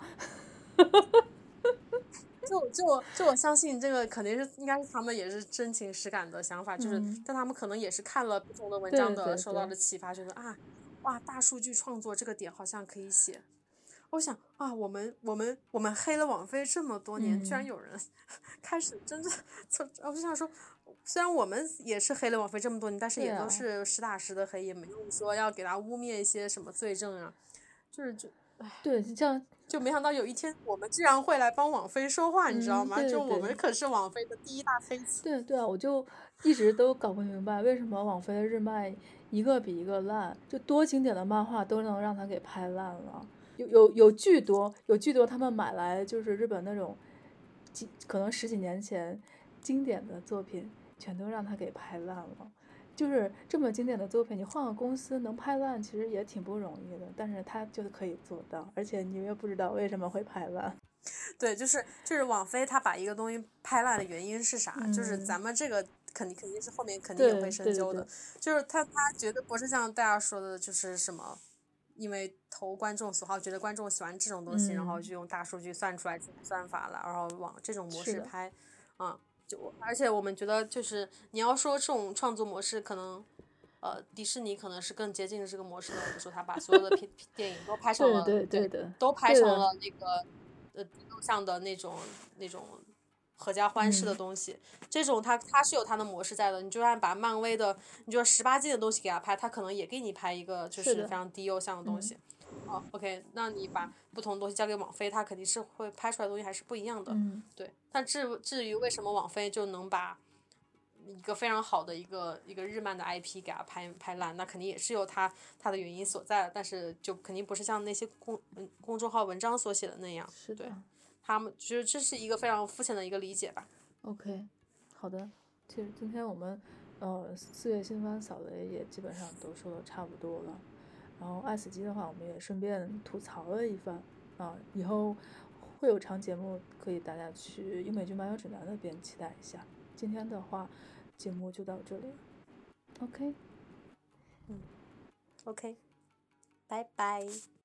就就就我相信这个肯定是应该是他们也是真情实感的想法，就是、 嗯、 但他们可能也是看了不同的文章的对对对受到的启发，觉得啊。哇，大数据创作这个点好像可以写。我想啊，我们我们我们黑了网飞这么多年， 嗯、 居然有人开始真正从，我就想说，虽然我们也是黑了网飞这么多年，但是也都是实打实的黑，啊、也没有说要给他污蔑一些什么罪证啊，就是就，唉， 对，这样就没想到有一天我们居然会来帮网飞说话， 嗯、 你知道吗？ 对对就我们可是网飞的第一大黑子。 对对啊，我就一直都搞不明白为什么网飞的日漫一个比一个烂，就多经典的漫画都能让他给拍烂了，有有有巨多有巨多他们买来就是日本那种几可能十几年前经典的作品全都让他给拍烂了，就是这么经典的作品你换个公司能拍烂其实也挺不容易的，但是他就是可以做到，而且你也不知道为什么会拍烂。 对，就是就是网飞他把一个东西拍烂的原因是啥、 嗯、 就是咱们这个肯定肯定是后面肯定也会深究的， 对对对对， 就是他他绝对不是像大家说的就是什么因为投观众所好，觉得观众喜欢这种东西、 嗯、 然后就用大数据算出来这种算法了，然后往这种模式拍啊、嗯，就而且我们觉得就是你要说这种创作模式可能呃迪士尼可能是更接近这个模式的，我就说他把所有的片电影都拍成了对对对的， 都拍成了那个呃录像的那种那种合家欢式的东西、嗯、这种它它是有它的模式在的，你就算把漫威的你就十八禁的东西给它拍，它可能也给你拍一个就是非常低幼向的东西。哦、嗯 OK， 那你把不同的东西交给网飞，它肯定是会拍出来的东西还是不一样的。 嗯， 对。但至至于为什么网飞就能把一个非常好的一个一个日漫的 I P 给它拍拍烂，那肯定也是有它它的原因所在的，但是就肯定不是像那些公公众号文章所写的那样。 是的， 对，他们觉得这是一个非常肤浅的一个理解吧。 OK， 好的，其实今天我们呃四月新番扫雷也基本上都说的差不多了，然后爱死机的话我们也顺便吐槽了一番啊，以后会有长节目可以大家去英美剧漫游指南那边期待一下。今天的话节目就到这里了 OK， 嗯 OK， 拜拜。